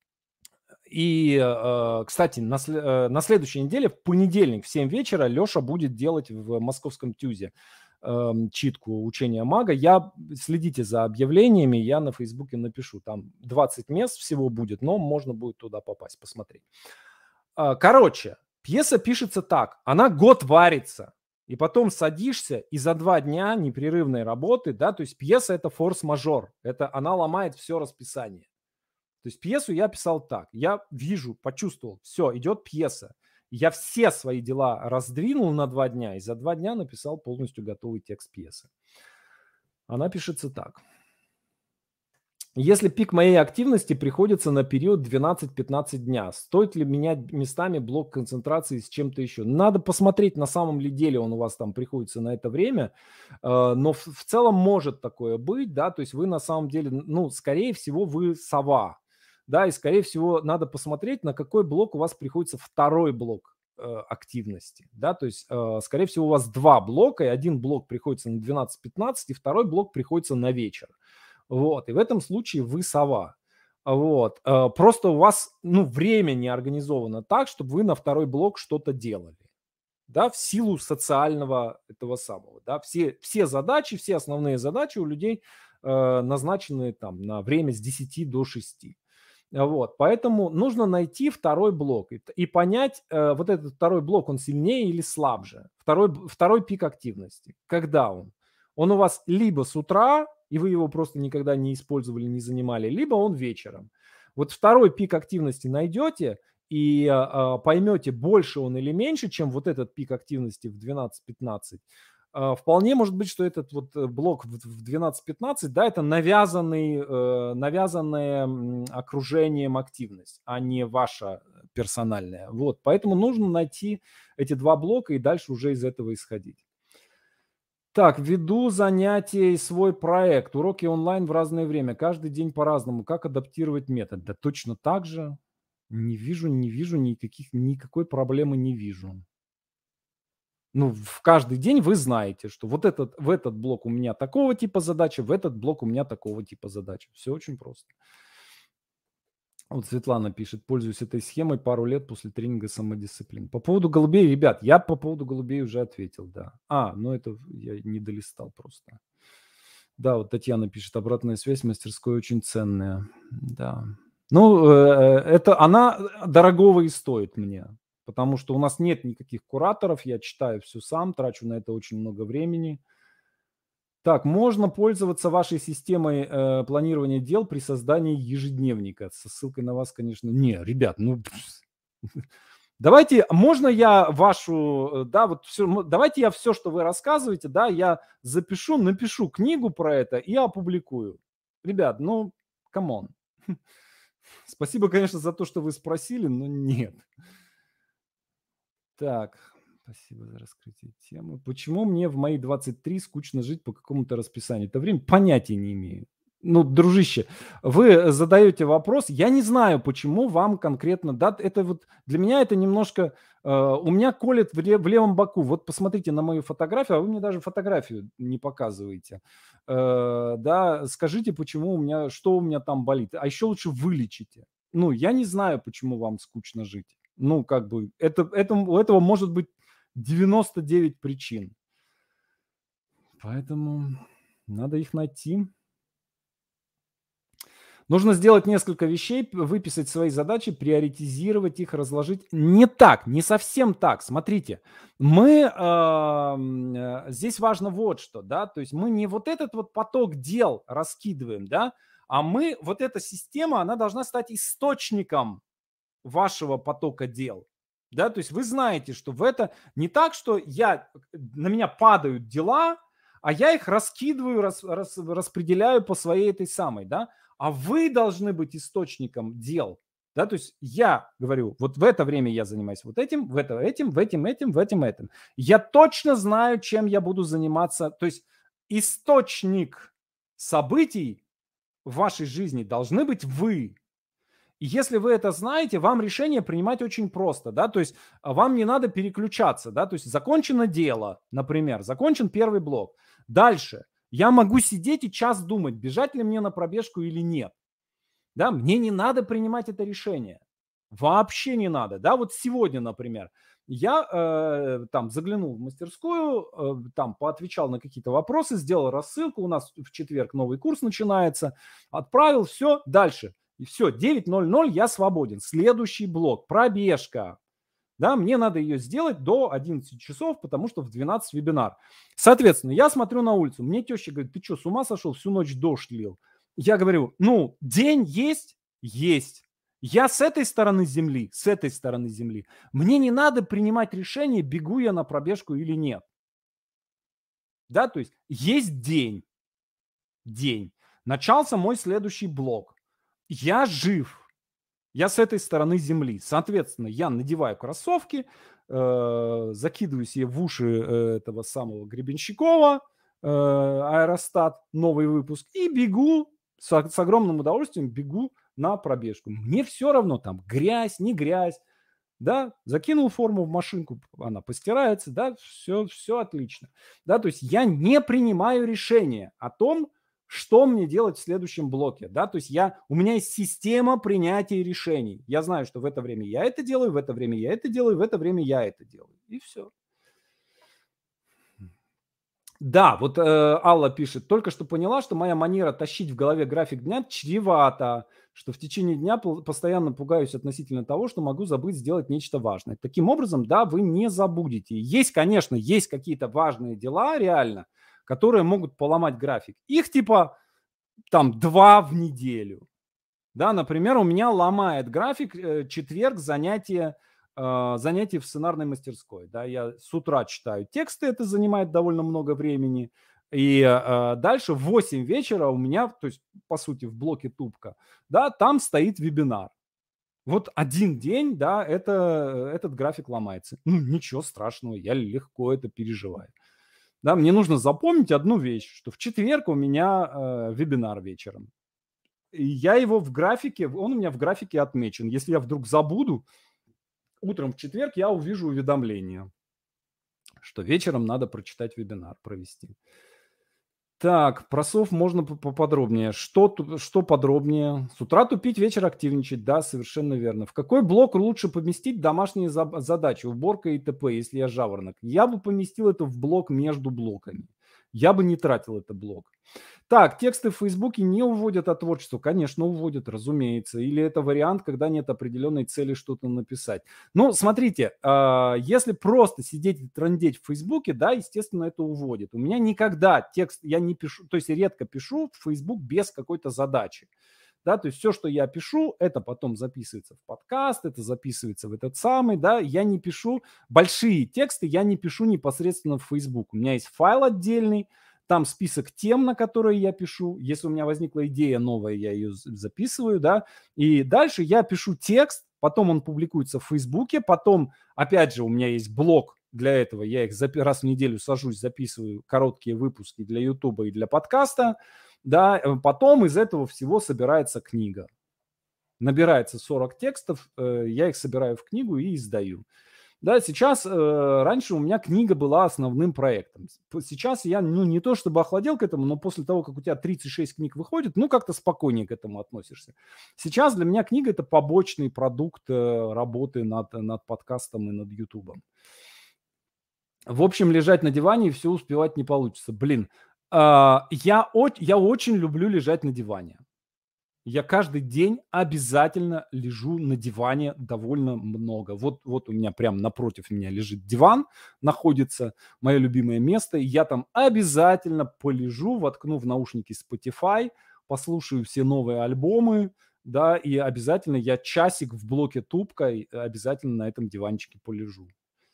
и, э, кстати, на, сле- э, на следующей неделе, в понедельник в семь вечера, Леша будет делать в московском ТЮЗе эм, читку учения мага. Я следите за объявлениями, я на Фейсбуке напишу. Там двадцать мест всего будет, но можно будет туда попасть, посмотреть. А, Короче, пьеса пишется так. Она год варится. И потом садишься, и за два дня непрерывной работы, да, то есть пьеса – это форс-мажор. Это она ломает все расписание. То есть пьесу я писал так. Я вижу, почувствовал, все, идет пьеса. Я все свои дела раздвинул на два дня, и за два дня написал полностью готовый текст пьесы. Она пишется так. Если пик моей активности приходится на период двенадцать-пятнадцать дня, стоит ли менять местами блок концентрации с чем-то еще? Надо посмотреть, на самом ли деле он у вас там приходится на это время, э, но в, в целом может такое быть, да, то есть вы на самом деле, ну, скорее всего, вы сова, да, и скорее всего надо посмотреть, на какой блок у вас приходится второй блок э, активности, да, то есть, э, скорее всего, у вас два блока, и один блок приходится на двенадцать пятнадцать, и второй блок приходится на вечер. Вот, и в этом случае вы сова. Вот, э, просто у вас, ну, время не организовано так, чтобы вы на второй блок что-то делали, да, в силу социального этого самого, да. Все, все задачи, все основные задачи у людей э, назначены там на время с десяти до шести. Вот, поэтому нужно найти второй блок и, и понять, э, вот этот второй блок, он сильнее или слабже. Второй, б- второй пик активности. Когда он? Он у вас либо с утра, и вы его просто никогда не использовали, не занимали, либо он вечером. Вот второй пик активности найдете и а, а, поймете, больше он или меньше, чем вот этот пик активности в двенадцать пятнадцать. А, Вполне может быть, что этот вот э, блок в в двенадцать пятнадцать, да, это навязанный, э, навязанное м, окружением активность, а не ваша персональная. Вот, поэтому нужно найти эти два блока и дальше уже из этого исходить. Так, веду занятия и свой проект. Уроки онлайн в разное время. Каждый день по-разному. Как адаптировать метод? Да точно так же. Не вижу, не вижу никаких, никакой проблемы не вижу. Ну, в каждый день вы знаете, что вот этот, в этот блок у меня такого типа задачи, в этот блок у меня такого типа задачи. Все очень просто. Вот Светлана пишет, пользуюсь этой схемой пару лет после тренинга самодисциплины. По поводу голубей, ребят, я по поводу голубей уже ответил, да. А, ну это я не долистал просто. Да, вот Татьяна пишет, обратная связь в мастерской очень ценная. Да. Ну, э, это она дорогого и стоит мне, потому что у нас нет никаких кураторов, я читаю все сам, трачу на это очень много времени. Так, можно пользоваться вашей системой э, планирования дел при создании ежедневника. Со ссылкой на вас, конечно. Не, ребят, ну давайте, можно я вашу, э, да, вот все, давайте я все, что вы рассказываете, да, я запишу, напишу книгу про это и опубликую. Ребят, ну, камон. Спасибо, конечно, за то, что вы спросили, но нет. Так, спасибо за раскрытие темы. Почему мне в мои двадцать три скучно жить по какому-то расписанию? Это время понятия не имею. Ну, дружище, вы задаете вопрос, я не знаю, почему вам конкретно, да, это вот для меня это немножко, э, у меня колет в, ле- в левом боку. Вот посмотрите на мою фотографию, а вы мне даже фотографию не показываете. Э, да, скажите, почему у меня, что у меня там болит, а еще лучше вылечите. Ну, я не знаю, почему вам скучно жить. Ну, как бы, это, это, у этого может быть девяносто девять причин. Поэтому надо их найти. Нужно сделать несколько вещей, п- выписать свои задачи, приоритизировать их, разложить. Не так, не совсем так. Смотрите, мы ам, э, здесь важно вот что, да, то есть мы не вот этот вот поток дел раскидываем, да, а мы, вот эта система, она должна стать источником вашего потока дел. Да, то есть вы знаете, что в это не так, что я, на меня падают дела, а я их раскидываю, рас, рас- распределяю по своей этой самой, да, а вы должны быть источником дел. Да, то есть я говорю, вот в это время я занимаюсь вот этим, в это этим, в этим этим, в этим этим. Я точно знаю, чем я буду заниматься. То есть источник событий в вашей жизни должны быть вы. И если вы это знаете, вам решение принимать очень просто, да, то есть а, вам не надо переключаться, да, то есть закончено дело, например, закончен первый блок. Дальше я могу сидеть и час думать, бежать ли мне на пробежку или нет, да, мне не надо принимать это решение, вообще не надо, да, вот сегодня, например, я э, там заглянул в мастерскую, э, там поотвечал на какие-то вопросы, сделал рассылку, у нас в четверг новый курс начинается, отправил, все, дальше. И все, девять ноль ноль я свободен. Следующий блок, пробежка. Да, мне надо ее сделать до одиннадцати часов, потому что в двенадцать вебинар. Соответственно, я смотрю на улицу, мне теща говорит, ты что, с ума сошел, всю ночь дождь лил? Я говорю, ну, день есть? Есть. Я с этой стороны земли, с этой стороны земли. Мне не надо принимать решение, бегу я на пробежку или нет. Да, то есть есть день, день. Начался мой следующий блок. Я жив. Я с этой стороны земли. Соответственно, я надеваю кроссовки, э, закидываю себе в уши э, этого самого Гребенщикова, э, Аэростат, новый выпуск, и бегу с, о- с огромным удовольствием бегу на пробежку. Мне все равно там грязь, не грязь. Да, закинул форму в машинку, она постирается, да, все, все отлично. Да, то есть я не принимаю решение о том, что мне делать в следующем блоке, да, то есть я, у меня есть система принятия решений. Я знаю, что в это время я это делаю, в это время я это делаю, в это время я это делаю. И все. Да, вот э, Алла пишет, только что поняла, что моя манера тащить в голове график дня чревата, что в течение дня пол- постоянно пугаюсь относительно того, что могу забыть сделать нечто важное. Таким образом, да, вы не забудете. Есть, конечно, есть какие-то важные дела реально, которые могут поломать график. Их типа там два в неделю. Да, например, у меня ломает график э, четверг занятие, э, занятие в сценарной мастерской. Да, я с утра читаю тексты, это занимает довольно много времени. И э, дальше в восемь вечера у меня, то есть, по сути, в блоке тупка, да, там стоит вебинар. Вот один день, да, это, этот график ломается. Ну, ничего страшного, я легко это переживаю. Да, мне нужно запомнить одну вещь, что в четверг у меня э, вебинар вечером. И я его в графике, он у меня в графике отмечен. Если я вдруг забуду, утром в четверг я увижу уведомление, что вечером надо прочитать вебинар, провести. Так, про сов можно поподробнее. Что, что подробнее? С утра тупить, вечер активничать. Да, совершенно верно. В какой блок лучше поместить домашние задачи, уборка и т.п., если я жаворонок? Я бы поместил это в блок между блоками. Я бы не тратил этот блок. Так, тексты в Фейсбуке не уводят от творчества. Конечно, уводят, разумеется. Или это вариант, когда нет определенной цели что-то написать. Ну, смотрите, э, если просто сидеть и трындеть в Фейсбуке, да, естественно, это уводит. У меня никогда текст, я не пишу, то есть редко пишу в Фейсбук без какой-то задачи. Да, то есть все, что я пишу, это потом записывается в подкаст, это записывается в этот самый, да, я не пишу большие тексты, я не пишу непосредственно в Facebook. У меня есть файл отдельный, там список тем, на которые я пишу. Если у меня возникла идея новая, я ее записываю, да. И дальше я пишу текст, потом он публикуется в Фейсбуке, потом, опять же, у меня есть блог для этого. Я их раз в неделю сажусь, записываю короткие выпуски для Ютуба и для подкаста, да. Потом из этого всего собирается книга. Набирается сорок текстов, я их собираю в книгу и издаю. Да, сейчас, э, раньше у меня книга была основным проектом. Сейчас я, ну, не то чтобы охладел к этому, но после того, как у тебя тридцать шесть книг выходит, ну, как-то спокойнее к этому относишься. Сейчас для меня книга – это побочный продукт э, работы над, над подкастом и над Ютубом. В общем, лежать на диване и все успевать не получится. Блин, э, я, я очень люблю лежать на диване. Я каждый день обязательно лежу на диване довольно много. Вот, вот у меня прямо напротив меня лежит диван, находится мое любимое место. И я там обязательно полежу, воткну в наушники Spotify, послушаю все новые альбомы, да, и обязательно я часик в блоке тупка обязательно на этом диванчике полежу.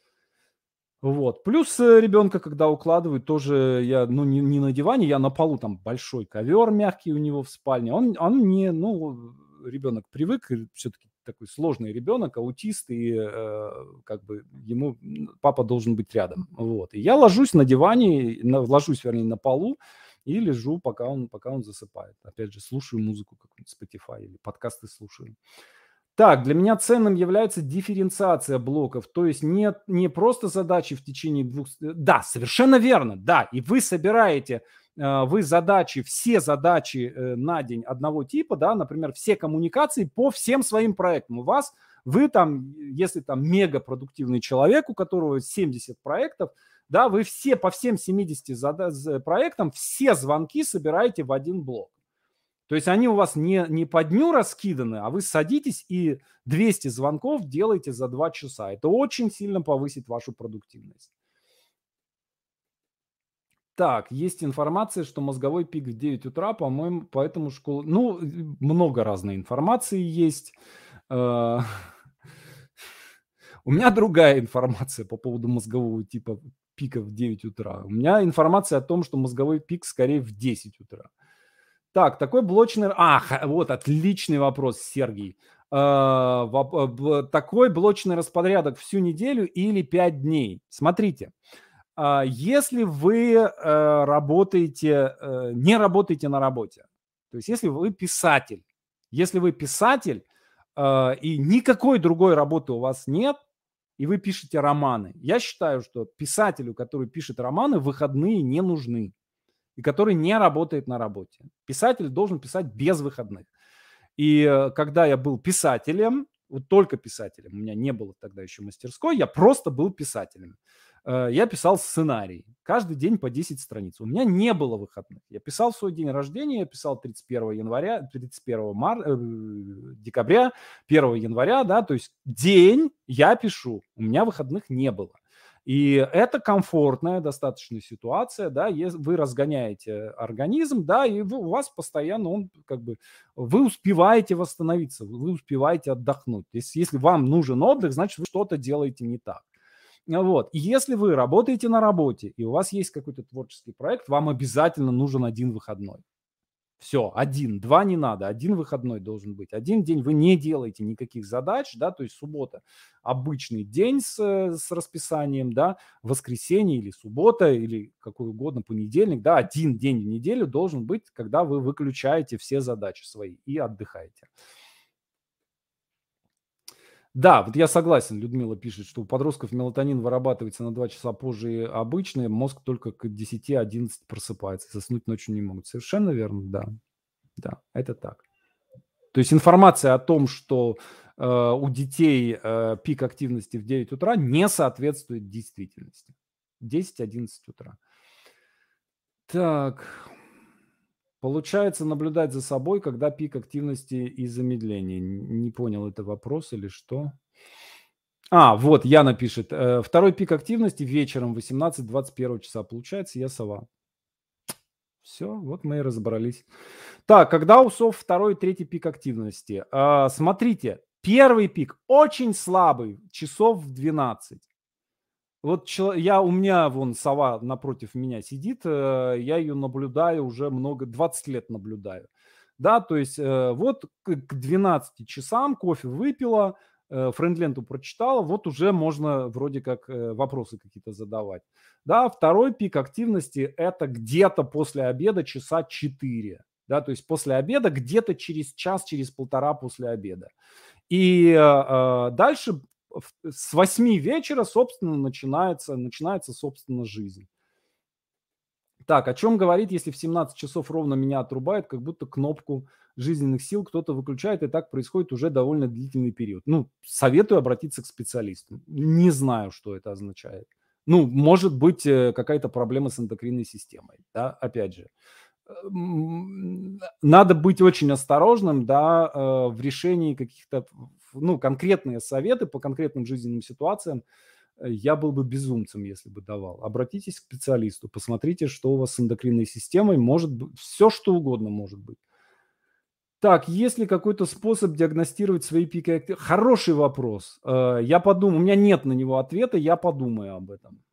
Вот. Плюс э, ребенка, когда укладывают, тоже я, ну, не, не на диване, я на полу, там большой ковер мягкий у него в спальне. Он, он не, ну, ребенок привык, все-таки такой сложный ребенок, аутист, и э, как бы ему папа должен быть рядом. Вот. И я ложусь на диване, на, ложусь, вернее, на полу и лежу, пока он, пока он засыпает. Опять же, слушаю музыку какую-нибудь Spotify или подкасты слушаю. Так, для меня ценным является дифференциация блоков, то есть не, не просто задачи в течение двух... Да, совершенно верно, да, и вы собираете, вы задачи, все задачи на день одного типа, да, например, все коммуникации по всем своим проектам. У вас, вы там, если там мегапродуктивный человек, у которого семьдесят проектов, да, вы все по всем семидесяти зада- проектам все звонки собираете в один блок. То есть они у вас не, не по дню раскиданы, а вы садитесь и двести звонков делаете за два часа. Это очень сильно повысит вашу продуктивность. Так, есть информация, что мозговой пик в девять утра, по-моему, поэтому школа... Ну, много разной информации есть. У меня другая информация по поводу мозгового типа пика в девять утра. У меня информация о том, что мозговой пик скорее в десять утра. Так, такой блочный... Ах, вот отличный вопрос, Сергей. Э, такой блочный распорядок всю неделю или пять дней? Смотрите, э, если вы э, работаете, э, не работаете на работе, то есть если вы писатель, если вы писатель, э, и никакой другой работы у вас нет, и вы пишете романы. Я считаю, что писателю, который пишет романы, выходные не нужны, и который не работает на работе. Писатель должен писать без выходных. И э, когда я был писателем, вот только писателем, у меня не было тогда еще мастерской, я просто был писателем. Э, Я писал сценарий, каждый день по десять страниц. У меня не было выходных. Я писал в свой день рождения, я писал тридцать первого января, тридцать первого мар... э, декабря, первого января, да, то есть день я пишу, у меня выходных не было. И это комфортная достаточно ситуация, да, если вы разгоняете организм, да, и вы, у вас постоянно он как бы, вы успеваете восстановиться, вы успеваете отдохнуть. Если, если вам нужен отдых, значит, вы что-то делаете не так. Вот. И если вы работаете на работе, и у вас есть какой-то творческий проект, вам обязательно нужен один выходной. Все, один, два не надо, один выходной должен быть. Один день вы не делаете никаких задач, да, то есть суббота обычный день с, э, с расписанием, да, воскресенье или суббота или какой угодно понедельник, да, один день в неделю должен быть, когда вы выключаете все задачи свои и отдыхаете. Да, вот я согласен, Людмила пишет, что у подростков мелатонин вырабатывается на два часа позже обычный, мозг только к десяти-одиннадцати просыпается, заснуть ночью не могут. Совершенно верно, да. Да, это так. То есть информация о том, что э, у детей э, пик активности в девять утра, не соответствует действительности. десять-одиннадцать утра. Так, получается наблюдать за собой, когда пик активности и замедление. Н- Не понял, это вопрос или что? А, вот, Яна пишет. э, Второй пик активности вечером восемнадцать-двадцать первого часа. Получается, я сова. Все, вот мы и разобрались. Так, когда у сов второй и третий пик активности? А, смотрите, первый пик очень слабый, часов в двенадцать. Вот чело- я, у меня вон сова напротив меня сидит, э, я ее наблюдаю уже много, двадцать лет наблюдаю. Да, то есть э, вот к к двенадцати часам кофе выпила, э, френдленту прочитала, вот уже можно вроде как э, вопросы какие-то задавать. Да, второй пик активности это где-то после обеда часа четыре. Да, то есть после обеда где-то через час, через полтора после обеда. И э, э, дальше в- с восьми вечера, собственно, начинается, начинается, собственно, жизнь. Так, о чем говорить, если в семнадцать часов ровно меня отрубает, как будто кнопку жизненных сил кто-то выключает, и так происходит уже довольно длительный период. Ну, советую обратиться к специалисту. Не знаю, что это означает. Ну, может быть, э, какая-то проблема с эндокринной системой, да, опять же. М, Надо быть очень осторожным, да, э, в решении каких-то, ну, конкретные советы по конкретным жизненным ситуациям. э, Я был бы безумцем, если бы давал. Обратитесь к специалисту, посмотрите, что у вас с эндокринной системой. Может быть, все что угодно может быть. Так, есть ли какой-то способ диагностировать свои пики активности? Хороший вопрос. Э, Я подумаю, у меня нет на него ответа, я подумаю об этом.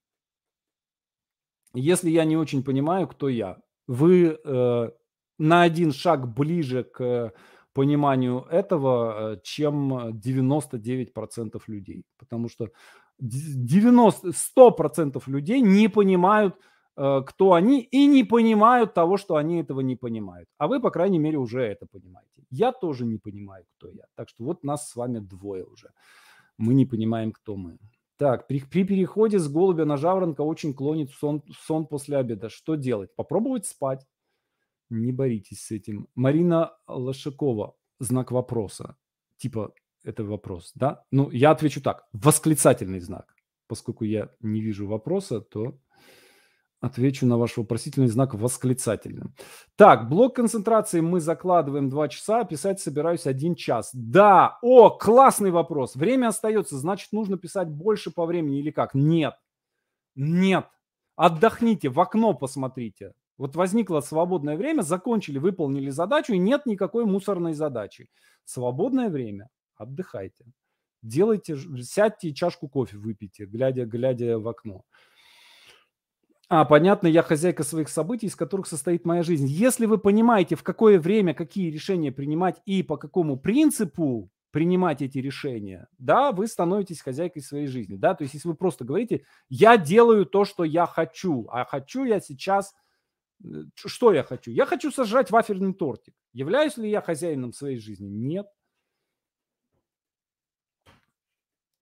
Если я не очень понимаю, кто я, вы э, на один шаг ближе к пониманию этого, э, чем девяносто девять процентов людей. Потому что д- девяносто, сто процентов людей не понимают, э, кто они, и не понимают того, что они этого не понимают. А вы, по крайней мере, уже это понимаете. Я тоже не понимаю, кто я. Так что вот нас с вами двое уже. Мы не понимаем, кто мы. Так, при, при переходе с голубя на жаворонка очень клонит в сон, в сон после обеда. Что делать? Попробовать спать. Не боритесь с этим. Марина Лошакова. Знак вопроса. Типа, это вопрос, да? Ну, я отвечу так. Восклицательный знак. Поскольку я не вижу вопроса, то отвечу на ваш вопросительный знак восклицательным. Так, блок концентрации мы закладываем два часа, а писать собираюсь один час. Да, о, классный вопрос. Время остается, значит, нужно писать больше по времени или как? Нет, нет. Отдохните, в окно посмотрите. Вот возникло свободное время, закончили, выполнили задачу, и нет никакой мусорной задачи. Свободное время, отдыхайте. Делайте, ж- сядьте и чашку кофе выпейте, глядя, глядя в окно. А, понятно, я хозяйка своих событий, из которых состоит моя жизнь. Если вы понимаете, в какое время какие решения принимать и по какому принципу принимать эти решения, да, вы становитесь хозяйкой своей жизни, да, то есть если вы просто говорите, я делаю то, что я хочу, а хочу я сейчас, э, ч- что я хочу? Я хочу сожрать вафельный тортик. Являюсь ли я хозяином своей жизни? Нет.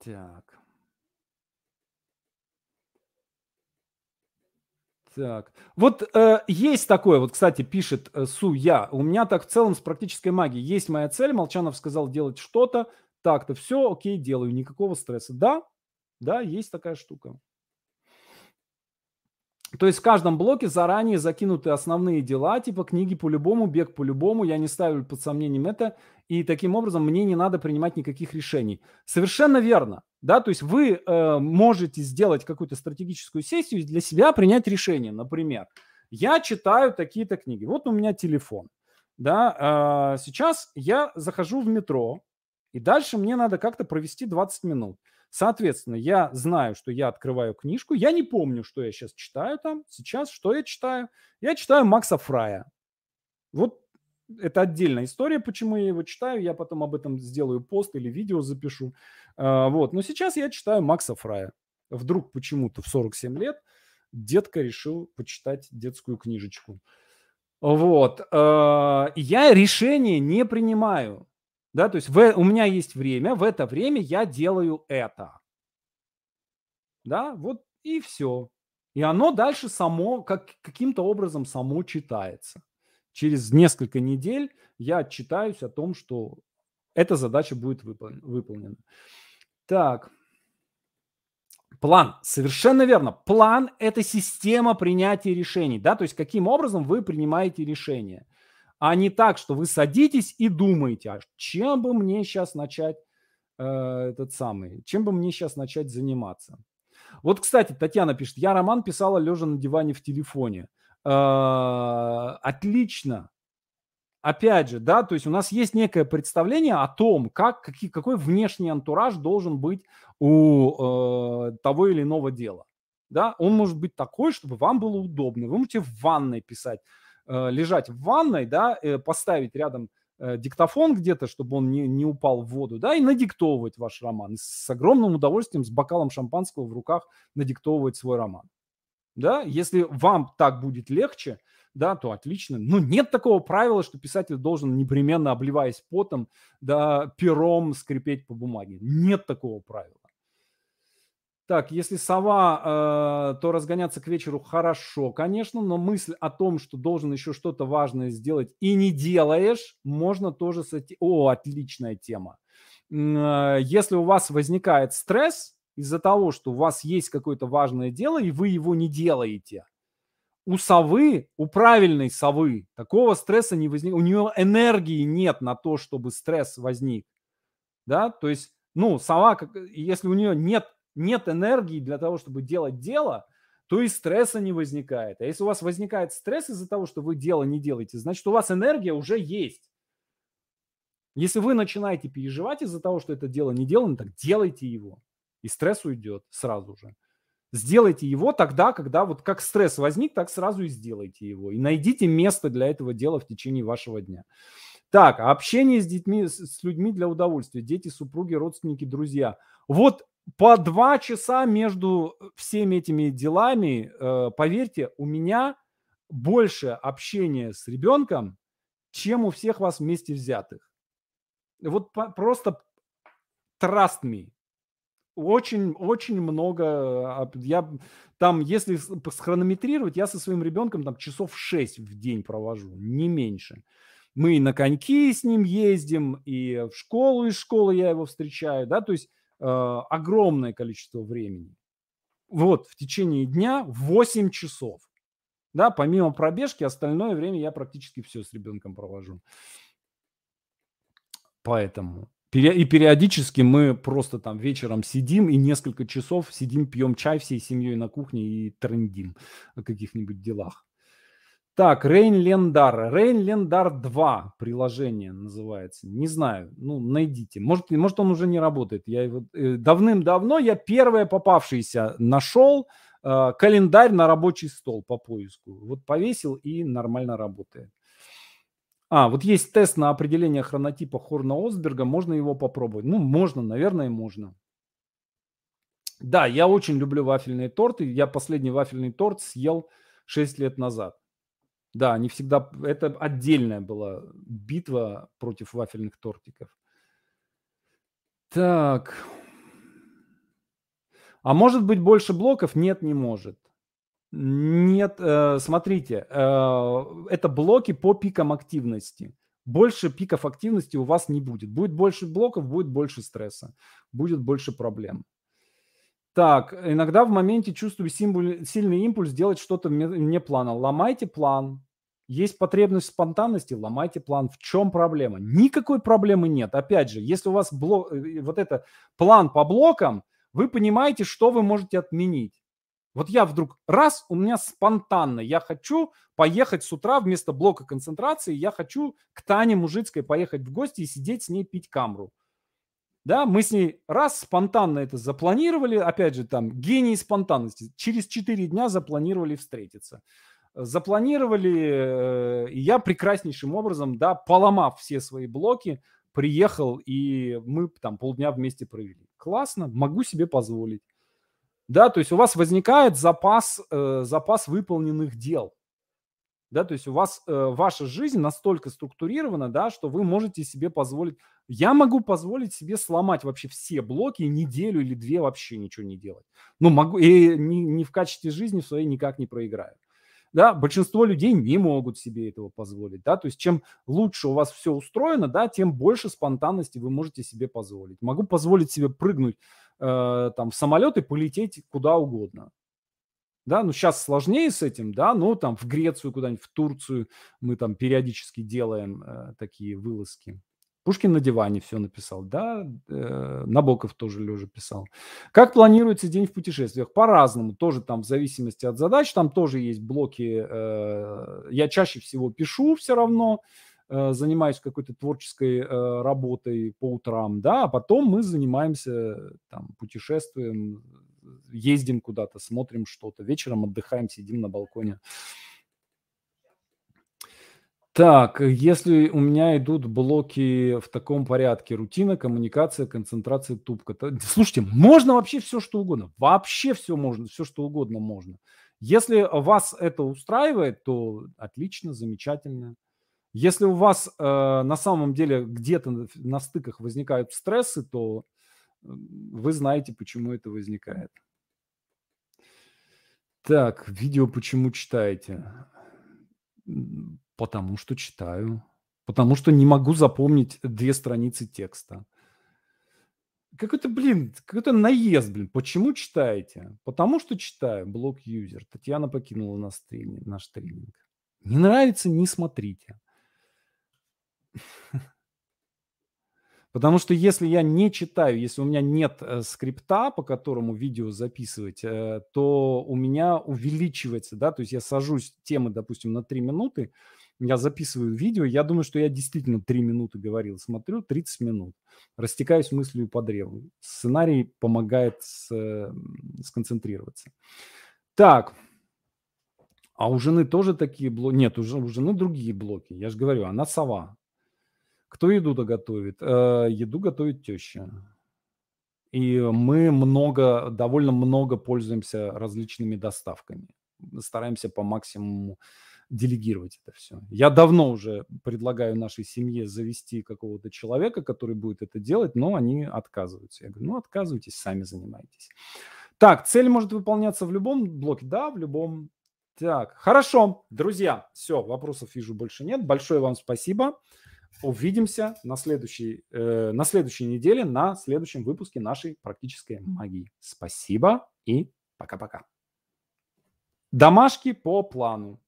Так. Так. Вот э, есть такое, вот, кстати, пишет э, Су-Я. У меня так в целом с практической магией. Есть моя цель, Молчанов сказал делать что-то. Так-то все, окей, делаю, никакого стресса. Да, да, есть такая штука. То есть в каждом блоке заранее закинуты основные дела, типа книги по-любому, бег по-любому, я не ставлю под сомнением это, и таким образом мне не надо принимать никаких решений. Совершенно верно, да, то есть вы э, можете сделать какую-то стратегическую сессию и для себя принять решение, например, я читаю такие-то книги, вот у меня телефон, да, э, сейчас я захожу в метро, и дальше мне надо как-то провести двадцать минут. Соответственно, я знаю, что я открываю книжку, я не помню, что я сейчас читаю там. Сейчас что я читаю? Я читаю Макса Фрая. Вот это отдельная история, почему я его читаю. Я потом об этом сделаю пост или видео запишу. А, вот. Но сейчас я читаю Макса Фрая. Вдруг почему-то в сорок семь лет детка решил почитать детскую книжечку. Вот. а, и Я решение не принимаю. Да, то есть в, у меня есть время, в это время я делаю это. Да, вот и все. И оно дальше само, как, каким-то образом само читается. Через несколько недель я отчитаюсь о том, что эта задача будет выпол- выполнена. Так, план. Совершенно верно. План– это система принятия решений. Да? То есть каким образом вы принимаете решения. А не так, что вы садитесь и думаете, а чем бы мне сейчас начать э, этот самый, чем бы мне сейчас начать заниматься. Вот, кстати, Татьяна пишет, я роман писала лежа на диване в телефоне. А, Отлично. Опять же, да, то есть у нас есть некое представление о том, как, какие, какой внешний антураж должен быть у э, того или иного дела. Да, он может быть такой, чтобы вам было удобно. Вы можете в ванной писать, э, лежать в ванной, да, э, поставить рядом э, диктофон где-то, чтобы он не, не упал в воду, да, и надиктовывать ваш роман. И с огромным удовольствием, с бокалом шампанского в руках надиктовывать свой роман. Да, если вам так будет легче, да, то отлично. Но нет такого правила, что писатель должен непременно, обливаясь потом, да, пером скрипеть по бумаге. Нет такого правила. Так, если сова, э, то разгоняться к вечеру хорошо, конечно, но мысль о том, что должен еще что-то важное сделать и не делаешь, можно тоже... Сойти... О, отличная тема. М, э, Если у вас возникает стресс из-за того, что у вас есть какое-то важное дело, и вы его не делаете, у совы, у правильной совы такого стресса не возникает. У нее энергии нет на то, чтобы стресс возник. Да, то есть, ну, сова, как, если у нее нет, нет энергии для того, чтобы делать дело, то и стресса не возникает. А если у вас возникает стресс из-за того, что вы дело не делаете, значит, у вас энергия уже есть. Если вы начинаете переживать из-за того, что это дело не делано, так делайте его. И стресс уйдет сразу же. Сделайте его тогда, когда вот как стресс возник, так сразу и сделайте его. И найдите место для этого дела в течение вашего дня. Так, а общение с детьми, с с людьми для удовольствия. Дети, супруги, родственники, друзья. Вот по два часа между всеми этими делами, э, поверьте, у меня больше общения с ребенком, чем у всех вас вместе взятых. Вот по- просто trust me. Очень, очень много. а, Я там, если с- п- схронометрировать, я со своим ребенком там часов шесть в день провожу, не меньше. Мы и на коньки с ним ездим, и в школу, из школы я его встречаю, да, то есть э, огромное количество времени. Вот, в течение дня восемь часов. Да, помимо пробежки, остальное время я практически все с ребенком провожу. Поэтому пере и периодически мы просто там вечером сидим и несколько часов сидим, пьем чай всей семьей на кухне и трындим о каких-нибудь делах. Так, Рейнлендар. Рейнлендар два приложение называется. Не знаю, ну, найдите. Может, может он уже не работает. Я его э, давным-давно, я первое попавшееся нашел, э, календарь на рабочий стол по поиску. Вот повесил и нормально работает. А, вот есть тест на определение хронотипа Хорна-Осберга. Можно его попробовать? Ну, можно, наверное, можно. Да, я очень люблю вафельные торты. Я последний вафельный торт съел шесть лет назад. Да, не всегда... Это отдельная была битва против вафельных тортиков. Так. А может быть больше блоков? Нет, не может. Нет, э, смотрите, э, это блоки по пикам активности. Больше пиков активности у вас не будет. Будет больше блоков, будет больше стресса, будет больше проблем. Так, иногда в моменте чувствую символь- сильный импульс сделать что-то вне вне плана. Ломайте план. Есть потребность в спонтанности, ломайте план. В чем проблема? Никакой проблемы нет. Опять же, если у вас бло- э, вот это план по блокам, вы понимаете, что вы можете отменить. Вот я вдруг раз, у меня спонтанно, я хочу поехать с утра вместо блока концентрации, я хочу к Тане Мужицкой поехать в гости и сидеть с ней пить камру. Да, мы с ней раз спонтанно это запланировали, опять же, там гений спонтанности, через четыре дня запланировали встретиться. Запланировали, э, и я прекраснейшим образом, да, поломав все свои блоки, приехал, и мы там полдня вместе провели. Классно, могу себе позволить. Да, то есть у вас возникает запас, э, запас выполненных дел. Да, то есть у вас э, ваша жизнь настолько структурирована, да, что вы можете себе позволить. Я могу позволить себе сломать вообще все блоки и неделю или две вообще ничего не делать. Ну, могу, и ни, ни в качестве жизни в своей никак не проиграю. Да, большинство людей не могут себе этого позволить, да, то есть чем лучше у вас все устроено, да, тем больше спонтанности вы можете себе позволить. Могу позволить себе прыгнуть э, там в самолет и полететь куда угодно. Да, ну сейчас сложнее с этим, да, но там в Грецию куда-нибудь, в Турцию мы там периодически делаем э, такие вылазки. Пушкин на диване все написал, да, э, Набоков тоже лежа писал. Как планируется день в путешествиях? По-разному, тоже там в зависимости от задач, там тоже есть блоки. Э, я чаще всего пишу все равно, э, занимаюсь какой-то творческой э, работой по утрам, да, а потом мы занимаемся там путешествуем, ездим куда-то, смотрим что-то, вечером отдыхаем, сидим на балконе. Так, если у меня идут блоки в таком порядке: рутина, коммуникация, концентрация, тупка. То слушайте, можно вообще все что угодно. Вообще все можно, все что угодно можно. Если вас это устраивает, то отлично, замечательно. Если у вас, э, на самом деле где-то на на стыках возникают стрессы, то, м, вы знаете, почему это возникает. Так, видео почему читаете? М, потому что читаю. Потому что не могу запомнить две страницы текста. Какой-то, блин, какой-то наезд, блин. Почему читаете? Потому что читаю. Блог-юзер. Татьяна покинула нас тренинг, наш тренинг. Не нравится — не смотрите. Потому что если я не читаю, если у меня нет э, скрипта, по которому видео записывать, э, то у меня увеличивается, да, то есть я сажусь темы, допустим, на три минуты, я записываю видео, я думаю, что я действительно три минуты говорил, смотрю тридцать минут, растекаюсь мыслью по древу. Сценарий помогает с, э, м, сконцентрироваться. Так, а у жены тоже такие блоки? Нет, у жен- у жены другие блоки. Я же говорю, она сова. Кто еду-то готовит? Э, еду готовит теща. И мы много, довольно много пользуемся различными доставками. Стараемся по максимуму делегировать это все. Я давно уже предлагаю нашей семье завести какого-то человека, который будет это делать, но они отказываются. Я говорю, ну отказывайтесь, сами занимайтесь. Так, цель может выполняться в любом блоке? Да, в любом. Так, хорошо, друзья, все, вопросов вижу больше нет. Большое вам спасибо. Увидимся на следующей, э, на следующей неделе, на следующем выпуске нашей практической магии. Спасибо и пока-пока. Домашки по плану.